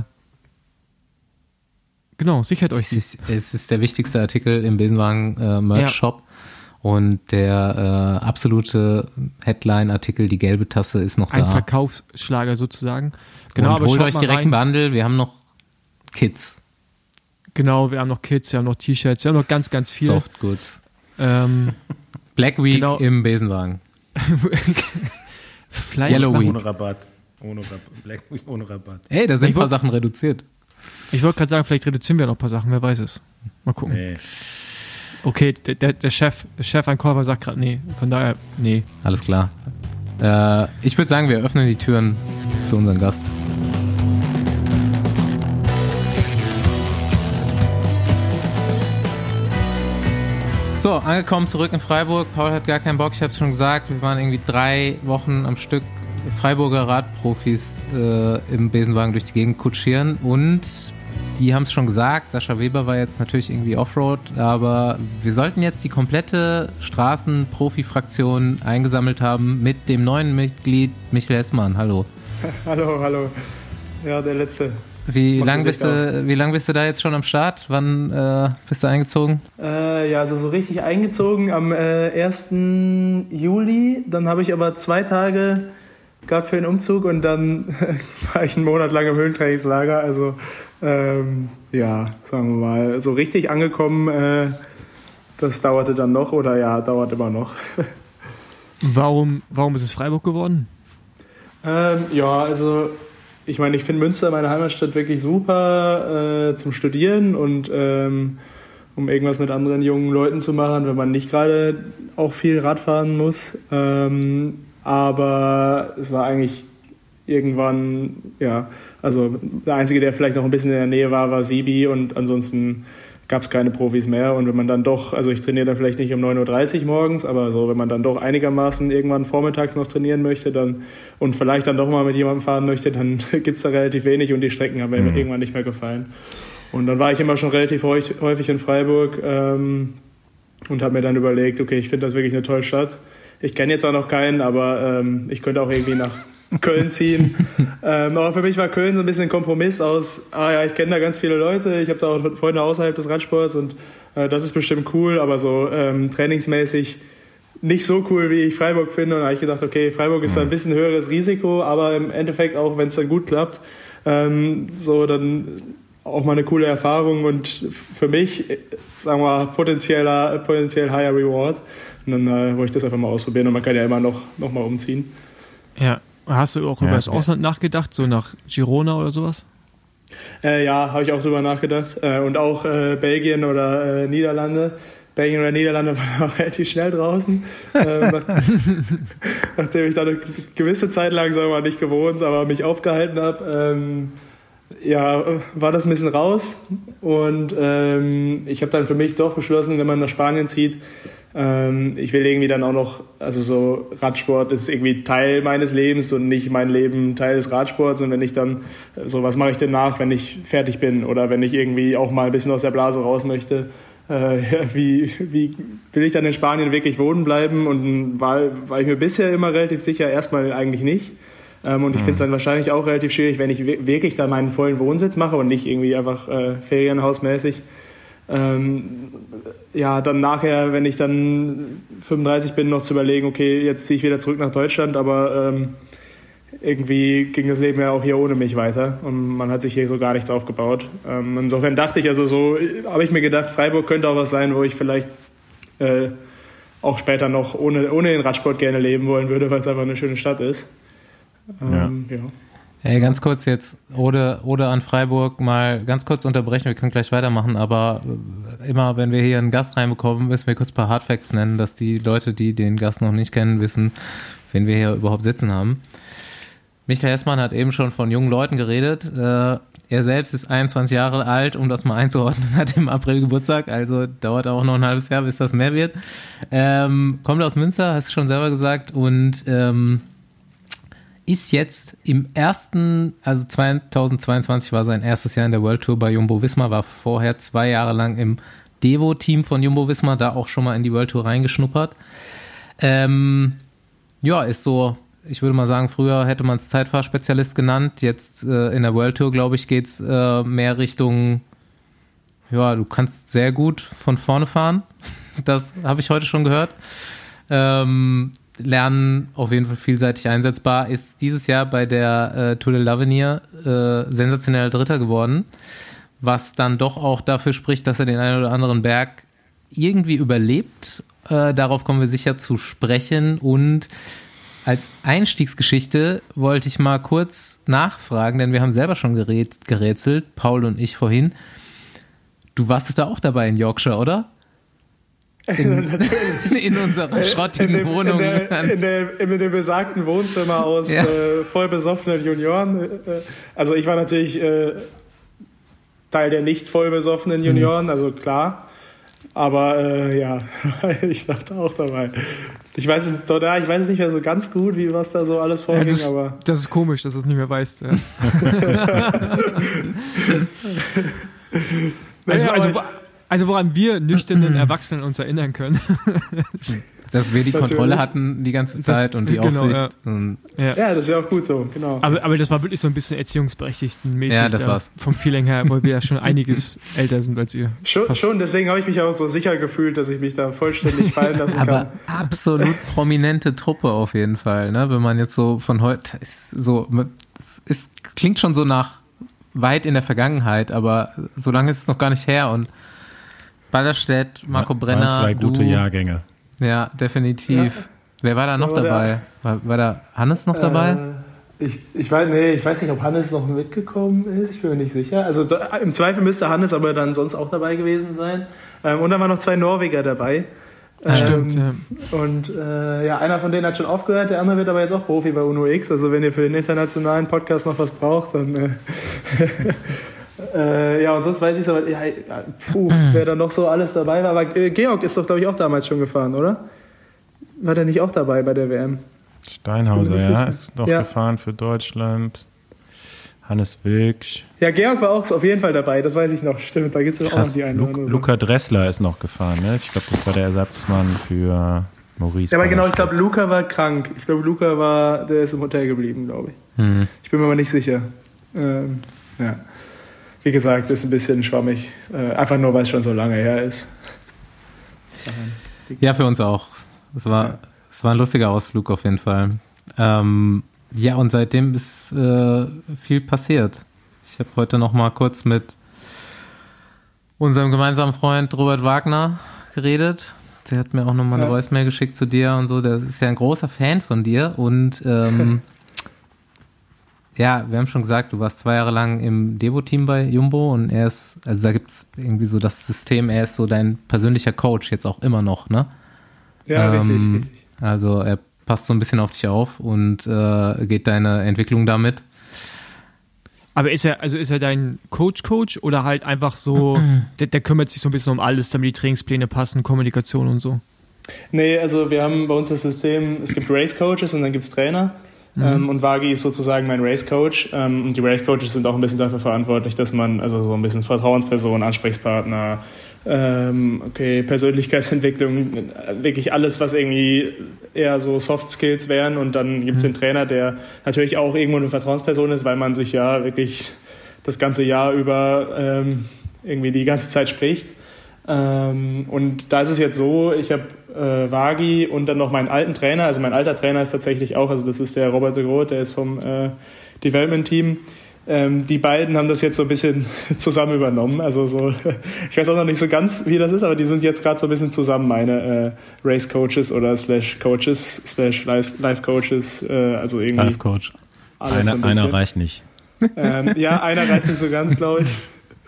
genau, sichert euch die. Es ist der wichtigste Artikel im Besenwagen Merch-Shop. Und der absolute Headline-Artikel, die gelbe Tasse, ist noch da. Ein Verkaufsschlager sozusagen. Genau, und aber holt schaut euch mal direkt rein. einen Bundle, wir haben noch Kids. Genau, wir haben noch Kids, wir haben noch T-Shirts, wir haben noch ganz, ganz viel. Softgoods. Ähm, Black Week genau. im Besenwagen. Fleisch Yellow nach- Week. Ohne Rabatt. Black Week ohne Rabatt. Ey, da sind ein Ich paar wollt- Sachen reduziert. Ich wollte gerade sagen, vielleicht reduzieren wir noch ein paar Sachen, wer weiß es. Mal gucken. Nee. Okay, der Chef-Einkäufer sagt gerade nee, von daher, nee. Alles klar. Ich würde sagen, wir öffnen die Türen für unseren Gast. So, angekommen zurück in Freiburg. Paul hat gar keinen Bock, ich habe es schon gesagt. Wir waren irgendwie 3 Wochen am Stück Freiburger Radprofis im Besenwagen durch die Gegend kutschieren und die haben es schon gesagt, Sascha Weber war jetzt natürlich irgendwie Offroad, aber wir sollten jetzt die komplette Straßen-Profi-Fraktion eingesammelt haben mit dem neuen Mitglied Michael Hessmann. Hallo. Hallo. Ja, der Letzte. Wie Macht lang das bist du da jetzt schon am Start? Wann bist du eingezogen? Ja, also so richtig eingezogen am 1. Juli. Dann habe ich aber 2 Tage gehabt für den Umzug und dann war ich einen Monat lang im Höhentrainingslager. Also ja, sagen wir mal, so richtig angekommen, das dauerte dann noch oder ja, dauert immer noch. Warum ist es Freiburg geworden? Ja, also ich meine, ich finde Münster, meine Heimatstadt, wirklich super zum Studieren und um irgendwas mit anderen jungen Leuten zu machen, wenn man nicht gerade auch viel Rad fahren muss. Aber es war eigentlich irgendwann, ja, also der Einzige, der vielleicht noch ein bisschen in der Nähe war Sibi und ansonsten gab es keine Profis mehr. Und wenn man dann doch, also ich trainiere dann vielleicht nicht um 9.30 Uhr morgens, aber so, wenn man dann doch einigermaßen irgendwann vormittags noch trainieren möchte dann und vielleicht dann doch mal mit jemandem fahren möchte, dann gibt es da relativ wenig und die Strecken haben mir irgendwann nicht mehr gefallen. Und dann war ich immer schon relativ häufig in Freiburg und habe mir dann überlegt, okay, ich finde das wirklich eine tolle Stadt. Ich kenne jetzt auch noch keinen, aber ich könnte auch irgendwie nach Köln ziehen. Aber für mich war Köln so ein bisschen ein Kompromiss aus, ich kenne da ganz viele Leute, ich habe da auch Freunde außerhalb des Radsports und das ist bestimmt cool, aber so trainingsmäßig nicht so cool, wie ich Freiburg finde. Und da habe ich gedacht, okay, Freiburg ist da ein bisschen höheres Risiko, aber im Endeffekt auch, wenn es dann gut klappt, so dann auch mal eine coole Erfahrung und für mich, sagen wir, potenziell higher reward. Und dann wollte ich das einfach mal ausprobieren und man kann ja immer noch mal umziehen. Ja. Hast du auch über das Ausland nachgedacht, so nach Girona oder sowas? Ja, habe ich auch drüber nachgedacht. Und auch Belgien oder Niederlande. Belgien oder Niederlande waren auch relativ schnell draußen. Nachdem ich da eine gewisse Zeit lang, sagen wir mal, nicht gewohnt, aber mich aufgehalten habe, war das ein bisschen raus. Und ich habe dann für mich doch beschlossen, wenn man nach Spanien zieht, ich will irgendwie dann auch noch, also so Radsport ist irgendwie Teil meines Lebens und nicht mein Leben Teil des Radsports. Und wenn ich dann, so was mache ich denn nach, wenn ich fertig bin oder wenn ich irgendwie auch mal ein bisschen aus der Blase raus möchte, wie will ich dann in Spanien wirklich wohnen bleiben? Und war ich mir bisher immer relativ sicher, erstmal eigentlich nicht. Und ich finde es dann wahrscheinlich auch relativ schwierig, wenn ich wirklich da meinen vollen Wohnsitz mache und nicht irgendwie einfach ferienhausmäßig. Dann nachher, wenn ich dann 35 bin, noch zu überlegen, okay, jetzt ziehe ich wieder zurück nach Deutschland, aber irgendwie ging das Leben ja auch hier ohne mich weiter und man hat sich hier so gar nichts aufgebaut. Insofern dachte ich, also so habe ich mir gedacht, Freiburg könnte auch was sein, wo ich vielleicht auch später noch ohne den Radsport gerne leben wollen würde, weil es einfach eine schöne Stadt ist. Ja. Hey, ganz kurz jetzt, oder an Freiburg mal ganz kurz unterbrechen, wir können gleich weitermachen, aber immer, wenn wir hier einen Gast reinbekommen, müssen wir kurz ein paar Hardfacts nennen, dass die Leute, die den Gast noch nicht kennen, wissen, wen wir hier überhaupt sitzen haben. Michael Hessmann hat eben schon von jungen Leuten geredet. Er selbst ist 21 Jahre alt, um das mal einzuordnen, hat im April Geburtstag, also dauert auch noch ein halbes Jahr, bis das mehr wird. Kommt aus Münster, hast du schon selber gesagt, und ist jetzt im ersten, also 2022 war sein erstes Jahr in der World Tour bei Jumbo-Visma, war vorher 2 Jahre lang im Devo-Team von Jumbo-Visma, da auch schon mal in die World Tour reingeschnuppert. Ist so, ich würde mal sagen, früher hätte man es Zeitfahrspezialist genannt, jetzt in der World Tour, glaube ich, geht es mehr Richtung, du kannst sehr gut von vorne fahren, das habe ich heute schon gehört. Lernen auf jeden Fall vielseitig einsetzbar, ist dieses Jahr bei der Tour de l'Avenir sensationeller Dritter geworden, was dann doch auch dafür spricht, dass er den einen oder anderen Berg irgendwie überlebt. Darauf kommen wir sicher zu sprechen und als Einstiegsgeschichte wollte ich mal kurz nachfragen, denn wir haben selber schon gerätselt, Paul und ich vorhin. Du warst da auch dabei in Yorkshire, oder? In unserer schrottigen Wohnung. In dem besagten Wohnzimmer aus voll besoffenen Junioren. Also ich war natürlich Teil der nicht voll besoffenen Junioren, also klar. Aber ich dachte auch dabei. Ich weiß es nicht mehr so ganz gut, was da so alles vorging. Aber das ist komisch, dass du es nicht mehr weißt. Ja. Also woran wir nüchternen Erwachsenen uns erinnern können. Dass wir die Kontrolle hatten die ganze Zeit und die Aufsicht. Ja, das ist ja auch gut so, genau. Aber das war wirklich so ein bisschen erziehungsberechtigtenmäßig. Ja, das war's. Vom Feeling her, weil wir ja schon einiges älter sind als ihr. Schon, deswegen habe ich mich auch so sicher gefühlt, dass ich mich da vollständig fallen lassen kann. Aber absolut prominente Truppe auf jeden Fall, ne? Wenn man jetzt so von heute, es klingt schon so nach weit in der Vergangenheit, aber so lange ist es noch gar nicht her und Balderstedt, Marco Brenner. Waren 2 gute Jahrgänge. Ja, definitiv. Wer war da noch dabei? War da Hannes noch dabei? Ich weiß nicht, ob Hannes noch mitgekommen ist. Ich bin mir nicht sicher. Also im Zweifel müsste Hannes aber dann sonst auch dabei gewesen sein. Und dann waren noch 2 Norweger dabei. Stimmt, ja. Und einer von denen hat schon aufgehört, der andere wird aber jetzt auch Profi bei Uno X. Also wenn ihr für den internationalen Podcast noch was braucht, dann und sonst weiß ich so, wer da noch so alles dabei war. Aber Georg ist doch, glaube ich, auch damals schon gefahren, oder? War der nicht auch dabei bei der WM? Steinhauser, ist noch gefahren für Deutschland. Hannes Wilksch. Ja, Georg war auch auf jeden Fall dabei, das weiß ich noch. Stimmt, da gibt es auch noch die eine oder andere. Luca Dressler ist noch gefahren, ne? Ich glaube, das war der Ersatzmann für Maurice. Ja, aber genau, ich glaube, Luca war krank. Ich glaube, der ist im Hotel geblieben, glaube ich. Ich bin mir aber nicht sicher. Wie gesagt, ist ein bisschen schwammig. Einfach nur, weil es schon so lange her ist. Ja, für uns auch. Es war ein lustiger Ausflug auf jeden Fall. Und seitdem ist viel passiert. Ich habe heute noch mal kurz mit unserem gemeinsamen Freund Robert Wagner geredet. Der hat mir auch noch mal eine Voicemail geschickt zu dir und so. Der ist ja ein großer Fan von dir. Und wir haben schon gesagt, du warst 2 Jahre lang im Devo-Team bei Jumbo und da gibt es irgendwie so das System, er ist so dein persönlicher Coach, jetzt auch immer noch, ne? Ja, richtig. Also er passt so ein bisschen auf dich auf und geht deine Entwicklung damit. Aber ist er dein Coach oder halt einfach so, der kümmert sich so ein bisschen um alles, damit die Trainingspläne passen, Kommunikation und so? Nee, also wir haben bei uns das System, es gibt Race-Coaches und dann gibt es Trainer. Und Wagi ist sozusagen mein Race-Coach. Und die Race-Coaches sind auch ein bisschen dafür verantwortlich, dass man also so ein bisschen Vertrauensperson, Ansprechpartner, Persönlichkeitsentwicklung, wirklich alles, was irgendwie eher so Soft Skills wären. Und dann gibt es den Trainer, der natürlich auch irgendwo eine Vertrauensperson ist, weil man sich ja wirklich das ganze Jahr über irgendwie die ganze Zeit spricht. Und da ist es jetzt so, ich habe Wagi und dann noch meinen alten Trainer, also mein alter Trainer ist tatsächlich auch, also das ist der Robert de Groot, der ist vom Development-Team. Die beiden haben das jetzt so ein bisschen zusammen übernommen. Also so, ich weiß auch noch nicht so ganz, wie das ist, aber die sind jetzt gerade so ein bisschen zusammen, meine Race-Coaches oder /Coaches, /Life-Coaches, also irgendwie. Life-Coach. Einer reicht nicht. Einer reicht nicht so ganz, glaube ich.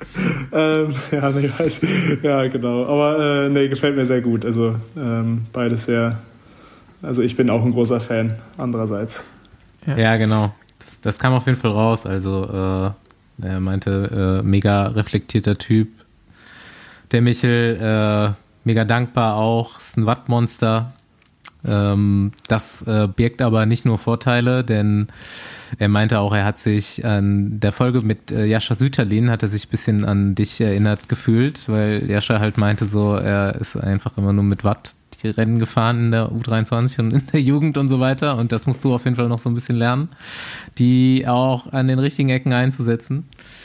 Ja, genau. Aber gefällt mir sehr gut. Also beides sehr. Also ich bin auch ein großer Fan, andererseits. Ja, genau. Das kam auf jeden Fall raus. Also er meinte, mega reflektierter Typ. Der Michel, mega dankbar auch. Ist ein Wattmonster. Das birgt aber nicht nur Vorteile, denn er meinte auch, er hat sich an der Folge mit Jascha Süterlin hat er sich ein bisschen an dich erinnert gefühlt, weil Jascha halt meinte so, er ist einfach immer nur mit Watt die Rennen gefahren in der U23 und in der Jugend und so weiter und das musst du auf jeden Fall noch so ein bisschen lernen, die auch an den richtigen Ecken einzusetzen.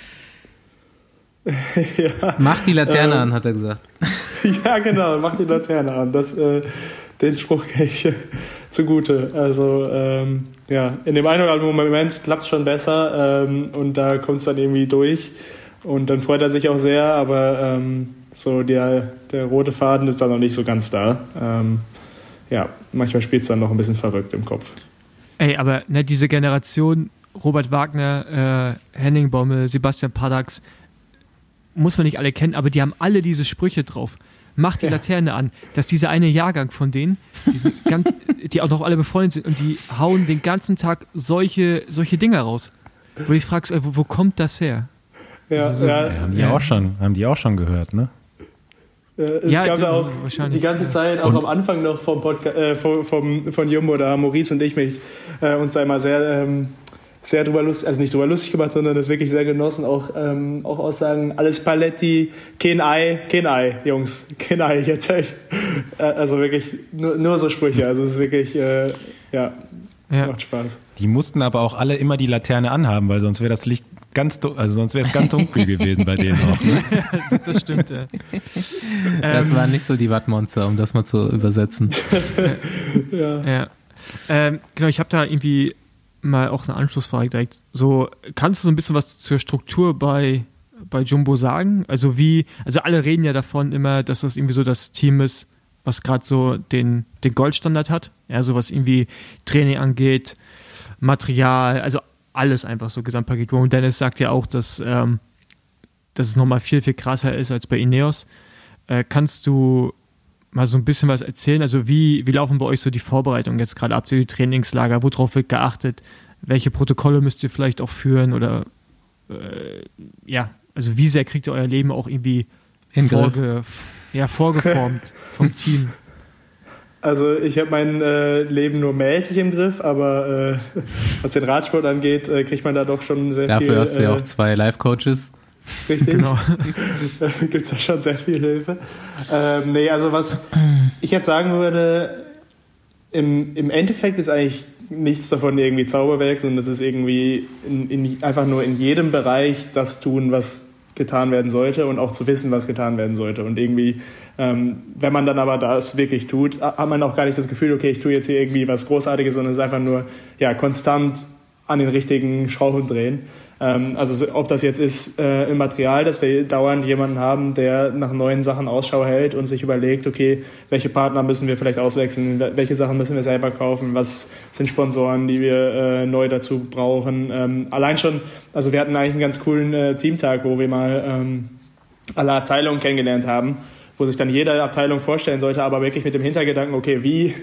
Ja, mach die Laterne an, hat er gesagt. Ja, genau, mach die Laterne an. Den Spruch kenne ich zugute. Also in dem einen oder anderen Moment klappt es schon besser und da kommt es dann irgendwie durch und dann freut er sich auch sehr, aber so der rote Faden ist dann noch nicht so ganz da. Manchmal spielt es dann noch ein bisschen verrückt im Kopf. Ey, aber diese Generation, Robert Wagner, Henning Bommel, Sebastian Paddax, muss man nicht alle kennen, aber die haben alle diese Sprüche drauf. Mach die Laterne an, dass dieser eine Jahrgang von denen, die auch noch alle befreundet sind und die hauen den ganzen Tag solche Dinger raus. Wo du dich fragst, wo kommt das her? Haben die auch schon gehört, ne? Es gab da auch die ganze Zeit, auch am Anfang noch vom Podcast, von Jumbo, da haben Maurice und ich uns da immer sehr drüber lustig, also nicht drüber lustig gemacht, sondern das wirklich sehr genossen, auch Aussagen, alles Paletti, kein Ei, Jungs, kein Ei, jetzt echt. Also wirklich nur so Sprüche, also es ist wirklich, es macht Spaß. Die mussten aber auch alle immer die Laterne anhaben, weil sonst wäre das Licht sonst wäre es ganz dunkel gewesen bei denen auch. Ne? Das stimmt, ja. Das waren nicht so die Wattmonster, um das mal zu übersetzen. Ja. Genau, ich habe da irgendwie mal auch eine Anschlussfrage direkt. So, kannst du so ein bisschen was zur Struktur bei Jumbo sagen? Also alle reden ja davon immer, dass das irgendwie so das Team ist, was gerade so den Goldstandard hat. Ja, so was irgendwie Training angeht, Material, also alles einfach so Gesamtpaket. Und Dennis sagt ja auch, dass es nochmal viel, viel krasser ist als bei Ineos. Kannst du mal so ein bisschen was erzählen? Also wie laufen bei euch so die Vorbereitungen jetzt gerade ab, so die Trainingslager, worauf wird geachtet? Welche Protokolle müsst ihr vielleicht auch führen? Oder also wie sehr kriegt ihr euer Leben auch irgendwie vorgeformt vom Team? Also ich habe mein Leben nur mäßig im Griff, aber was den Radsport angeht, kriegt man da doch schon sehr viel. Dafür hast du ja auch 2 Life-Coaches. Richtig, genau. Da gibt es ja schon sehr viel Hilfe. Also was ich jetzt sagen würde, im Endeffekt ist eigentlich nichts davon irgendwie Zauberwerk, sondern es ist irgendwie einfach nur in jedem Bereich das tun, was getan werden sollte und auch zu wissen, was getan werden sollte. Und irgendwie, wenn man dann aber das wirklich tut, hat man auch gar nicht das Gefühl, okay, ich tue jetzt hier irgendwie was Großartiges, sondern es ist einfach nur konstant an den richtigen Schrauben drehen. Also ob das jetzt ist im Material, dass wir dauernd jemanden haben, der nach neuen Sachen Ausschau hält und sich überlegt, okay, welche Partner müssen wir vielleicht auswechseln, welche Sachen müssen wir selber kaufen, was sind Sponsoren, die wir neu dazu brauchen. Allein schon, also wir hatten eigentlich einen ganz coolen Teamtag, wo wir mal alle Abteilungen kennengelernt haben, wo sich dann jede Abteilung vorstellen sollte, aber wirklich mit dem Hintergedanken, okay,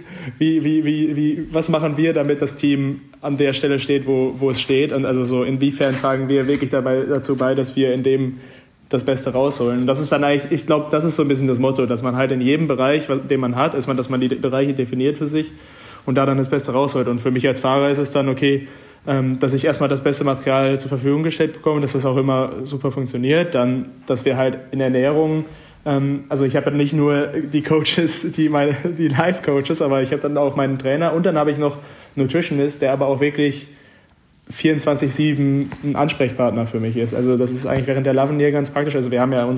was machen wir, damit das Team an der Stelle steht, wo es steht, und also so inwiefern tragen wir wirklich dazu bei, dass wir in dem das Beste rausholen. Und das ist dann eigentlich, ich glaube, das ist so ein bisschen das Motto, dass man halt in jedem Bereich, den man hat, dass man die Bereiche definiert für sich und da dann das Beste rausholt. Und für mich als Fahrer ist es dann okay, dass ich erstmal das beste Material zur Verfügung gestellt bekomme, dass das auch immer super funktioniert, dann, dass wir halt in Ernährung, also ich habe ja nicht nur die Coaches, die Life-Coaches, aber ich habe dann auch meinen Trainer und dann habe ich noch einen Nutritionist, der aber auch wirklich 24/7 ein Ansprechpartner für mich ist. Also das ist eigentlich während der Lavenir ganz praktisch. Also wir haben ja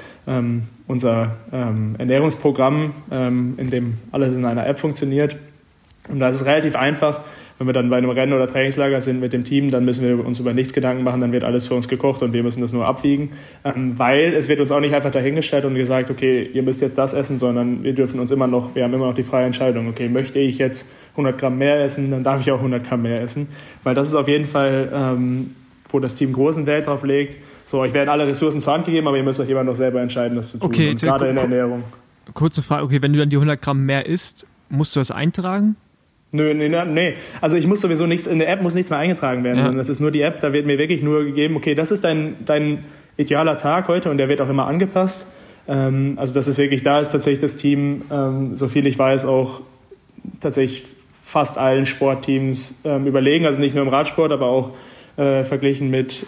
unser Ernährungsprogramm, in dem alles in einer App funktioniert. Und da ist es relativ einfach. Wenn wir dann bei einem Rennen oder Trainingslager sind mit dem Team, dann müssen wir uns über nichts Gedanken machen, dann wird alles für uns gekocht und wir müssen das nur abwiegen, weil es wird uns auch nicht einfach dahingestellt und gesagt, okay, ihr müsst jetzt das essen, sondern wir haben immer noch die freie Entscheidung, okay, möchte ich jetzt 100 Gramm mehr essen, dann darf ich auch 100 Gramm mehr essen, weil das ist auf jeden Fall, wo das Team großen Wert drauf legt, so, euch werden alle Ressourcen zur Hand gegeben, aber ihr müsst euch immer noch selber entscheiden, das zu tun, okay, und gerade in der Ernährung. Kurze Frage, okay, wenn du dann die 100 Gramm mehr isst, musst du das eintragen? Nee. Also ich muss sowieso nichts, in der App muss nichts mehr eingetragen werden, sondern das ist nur die App, da wird mir wirklich nur gegeben, okay, das ist dein idealer Tag heute und der wird auch immer angepasst. Also das ist wirklich, da ist tatsächlich das Team, so viel ich weiß, auch tatsächlich fast allen Sportteams überlegen, also nicht nur im Radsport, aber auch verglichen mit,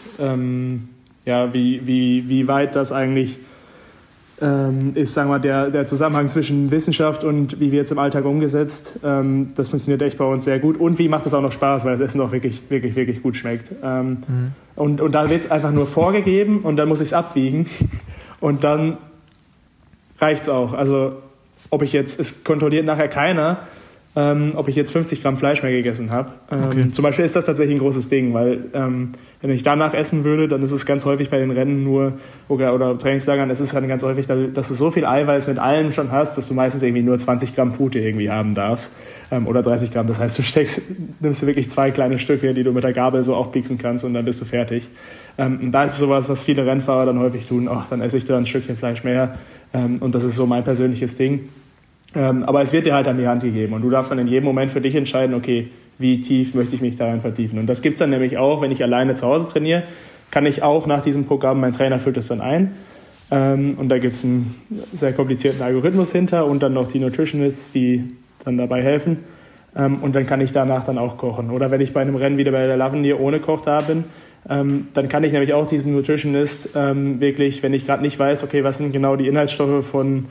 wie weit das eigentlich ist, sagen wir, der Zusammenhang zwischen Wissenschaft und wie wird es im Alltag umgesetzt. Das funktioniert echt bei uns sehr gut. Und wie macht es auch noch Spaß, weil das Essen auch wirklich, wirklich, wirklich gut schmeckt. Und da wird es einfach nur vorgegeben und dann muss ich es abwiegen. Und dann reicht es auch. Also es kontrolliert nachher keiner, ob ich jetzt 50 Gramm Fleisch mehr gegessen habe. Okay. Zum Beispiel ist das tatsächlich ein großes Ding, weil wenn ich danach essen würde, dann ist es ganz häufig bei den Rennen nur oder Trainingslagern, es ist dann ganz häufig, dass du so viel Eiweiß mit allem schon hast, dass du meistens irgendwie nur 20 Gramm Pute irgendwie haben darfst oder 30 Gramm. Das heißt, nimmst du wirklich 2 kleine Stücke, die du mit der Gabel so aufpieksen kannst und dann bist du fertig. Und da ist es sowas, was viele Rennfahrer dann häufig tun, dann esse ich da ein Stückchen Fleisch mehr und das ist so mein persönliches Ding. Aber es wird dir halt an die Hand gegeben und du darfst dann in jedem Moment für dich entscheiden, okay, wie tief möchte ich mich darin vertiefen. Und das gibt es dann nämlich auch, wenn ich alleine zu Hause trainiere, kann ich auch nach diesem Programm, mein Trainer füllt es dann ein und da gibt es einen sehr komplizierten Algorithmus hinter und dann noch die Nutritionists, die dann dabei helfen und dann kann ich danach dann auch kochen. Oder wenn ich bei einem Rennen wieder bei der Lavenir ohne Koch da bin, dann kann ich nämlich auch diesem Nutritionist wirklich, wenn ich gerade nicht weiß, okay, was sind genau die Inhaltsstoffe von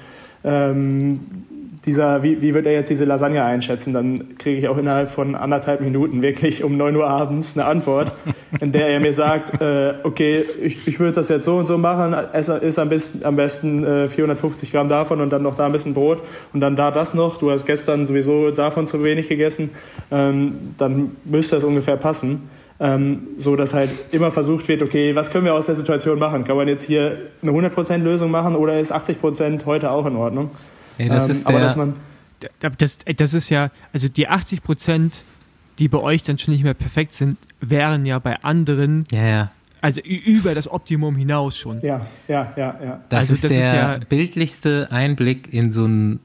wie wird er jetzt diese Lasagne einschätzen, dann kriege ich auch innerhalb von 1,5 Minuten wirklich um 9 Uhr abends eine Antwort, in der er mir sagt, okay, ich würde das jetzt so und so machen, ist am besten 450 Gramm davon und dann noch da ein bisschen Brot und dann da das noch, du hast gestern sowieso davon zu wenig gegessen, dann müsste das ungefähr passen. So dass halt immer versucht wird, okay, was können wir aus der Situation machen? Kann man jetzt hier eine 100% Lösung machen oder ist 80% heute auch in Ordnung? Ey, das ist aber der- dass man Das ist ja, also die 80%, die bei euch dann schon nicht mehr perfekt sind, wären ja bei anderen, Ja. also über das Optimum hinaus schon. ja. Das Also ist das ist der ja- bildlichste Einblick in so einen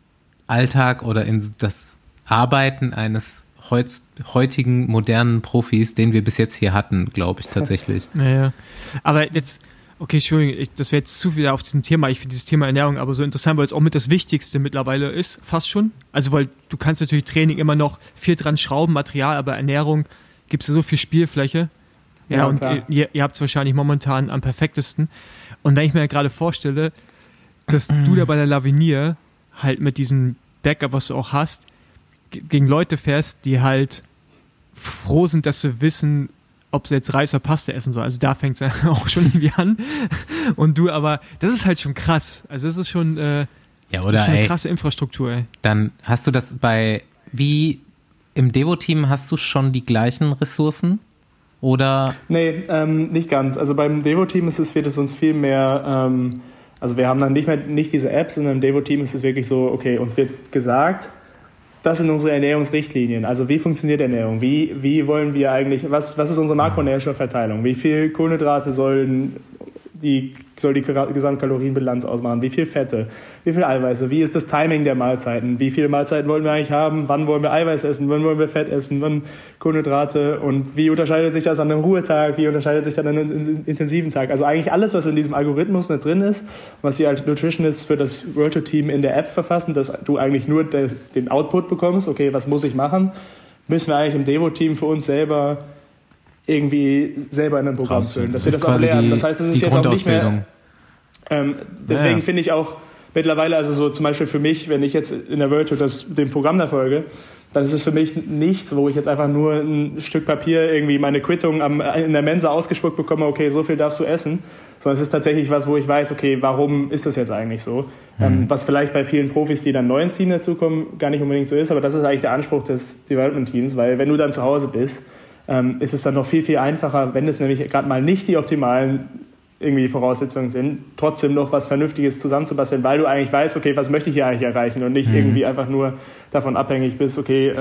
Alltag oder in das Arbeiten eines heutigen modernen Profis, den wir bis jetzt hier hatten, glaube ich tatsächlich. Naja. Aber jetzt, okay, Entschuldigung, das wäre jetzt zu viel auf diesem Thema. Ich finde dieses Thema Ernährung aber so interessant, weil es auch mit das Wichtigste mittlerweile ist, fast schon. Also, weil du kannst natürlich Training immer noch viel dran schrauben, Material, aber Ernährung gibt es ja so viel Spielfläche. Ja, Ja, und klar. ihr habt es wahrscheinlich momentan am perfektesten. Und wenn ich mir gerade vorstelle, dass du da bei der Lavinier halt mit diesem Backup, was du auch hast, gegen Leute fährst, die halt froh sind, dass sie wissen, ob sie jetzt Reis oder Pasta essen sollen. Also da fängt es ja auch schon irgendwie an. Und du aber, das ist halt schon krass. Also das ist schon, Ja, das ist oder schon eine ey, krasse Infrastruktur, ey. dann hast du das wie im Devo-Team hast du schon die gleichen Ressourcen? Oder Nee, nicht ganz. Also beim Devo-Team wird es uns viel mehr, also wir haben dann nicht diese Apps, sondern im Devo-Team ist es wirklich so, okay, uns wird gesagt, das sind unsere Ernährungsrichtlinien. Also wie funktioniert Ernährung? Wie wollen wir eigentlich, was ist unsere Makronährstoffverteilung? Wie viel Kohlenhydrate soll die Gesamtkalorienbilanz ausmachen? Wie viel Fette? Wie viel Eiweiße? Wie ist das Timing der Mahlzeiten? Wie viele Mahlzeiten wollen wir eigentlich haben? Wann wollen wir Eiweiß essen? Wann wollen wir Fett essen? Wann Kohlenhydrate? Und wie unterscheidet sich das an einem Ruhetag? Wie unterscheidet sich das an einem intensiven Tag? Also eigentlich alles, was in diesem Algorithmus nicht drin ist, was wir als Nutritionist für das Virtual-Team in der App verfassen, dass du eigentlich nur den Output bekommst, okay, was muss ich machen, müssen wir eigentlich im Devo-Team für uns selber irgendwie selber in ein Programm füllen. Dass wir ist das auch quasi lernen. Das heißt, es ist die jetzt auch nicht mehr... Grundausbildung. Deswegen Ja. finde ich auch mittlerweile, also so zum Beispiel für mich, wenn ich jetzt in der Virtual dem Programm da folge, dann ist es für mich nichts, wo ich jetzt einfach nur ein Stück Papier irgendwie meine Quittung in der Mensa ausgespuckt bekomme, okay, so viel darfst du essen, sondern es ist tatsächlich was, wo ich weiß, okay, warum ist das jetzt eigentlich so? Was vielleicht bei vielen Profis, die dann neu ins Team dazukommen, gar nicht unbedingt so ist, aber das ist eigentlich der Anspruch des Development-Teams, weil wenn du dann zu Hause bist, ist es dann noch viel, viel einfacher, wenn es nämlich gerade mal nicht die optimalen irgendwie Voraussetzungen sind, trotzdem noch was Vernünftiges zusammenzubasteln, weil du eigentlich weißt, okay, was möchte ich hier eigentlich erreichen und nicht irgendwie einfach nur davon abhängig bist, okay,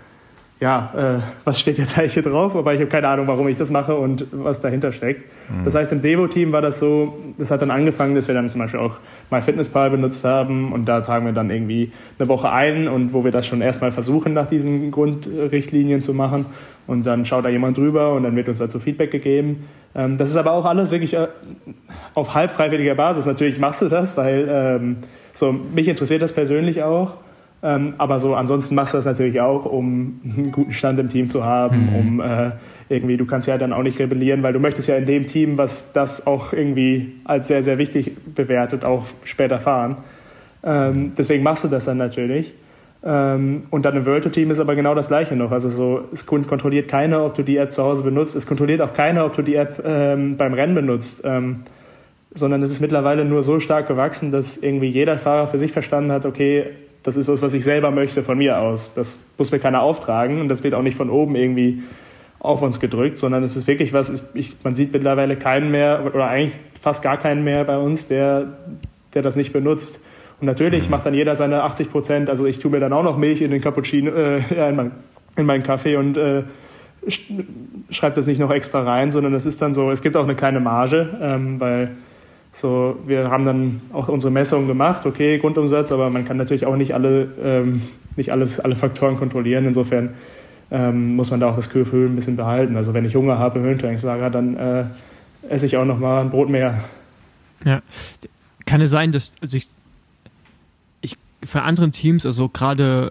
was steht jetzt eigentlich hier drauf, aber ich habe keine Ahnung, warum ich das mache und was dahinter steckt. Das heißt, im Devo-Team war das so, das hat dann angefangen, dass wir dann zum Beispiel auch MyFitnessPal benutzt haben und da tragen wir dann irgendwie eine Woche ein und wo wir das schon erstmal versuchen, nach diesen Grundrichtlinien zu machen und dann schaut da jemand drüber und dann wird uns dazu Feedback gegeben. Das ist aber auch alles wirklich auf halb freiwilliger Basis. Natürlich machst du das, weil mich interessiert das persönlich auch. Aber so ansonsten machst du das natürlich auch, um einen guten Stand im Team zu haben, irgendwie, du kannst ja dann auch nicht rebellieren, weil du möchtest ja in dem Team, was das auch irgendwie als sehr, sehr wichtig bewertet, auch später fahren. Deswegen machst du das dann natürlich. Und dann im Virtual-Team ist aber genau das Gleiche noch. Also so, es kontrolliert keiner, ob du die App zu Hause benutzt. Es kontrolliert auch keiner, ob du die App beim Rennen benutzt. Sondern es ist mittlerweile nur so stark gewachsen, dass irgendwie jeder Fahrer für sich verstanden hat, okay, das ist was ich selber möchte von mir aus. Das muss mir keiner auftragen und das wird auch nicht von oben irgendwie auf uns gedrückt, sondern es ist wirklich was, man sieht mittlerweile keinen mehr oder eigentlich fast gar keinen mehr bei uns, der das nicht benutzt. Und natürlich macht dann jeder seine 80%, also ich tue mir dann auch noch Milch in den Cappuccino, in meinen Kaffee und schreibe das nicht noch extra rein, sondern es ist dann so, es gibt auch eine kleine Marge, weil so, wir haben dann auch unsere Messungen gemacht, okay, Grundumsatz, aber man kann natürlich auch nicht alle Faktoren kontrollieren. Insofern muss man da auch das Gefühl ein bisschen behalten. Also wenn ich Hunger habe im Höhentrainingslager, dann esse ich auch noch mal ein Brot mehr. Ja, kann es sein, dass ich für anderen Teams, also gerade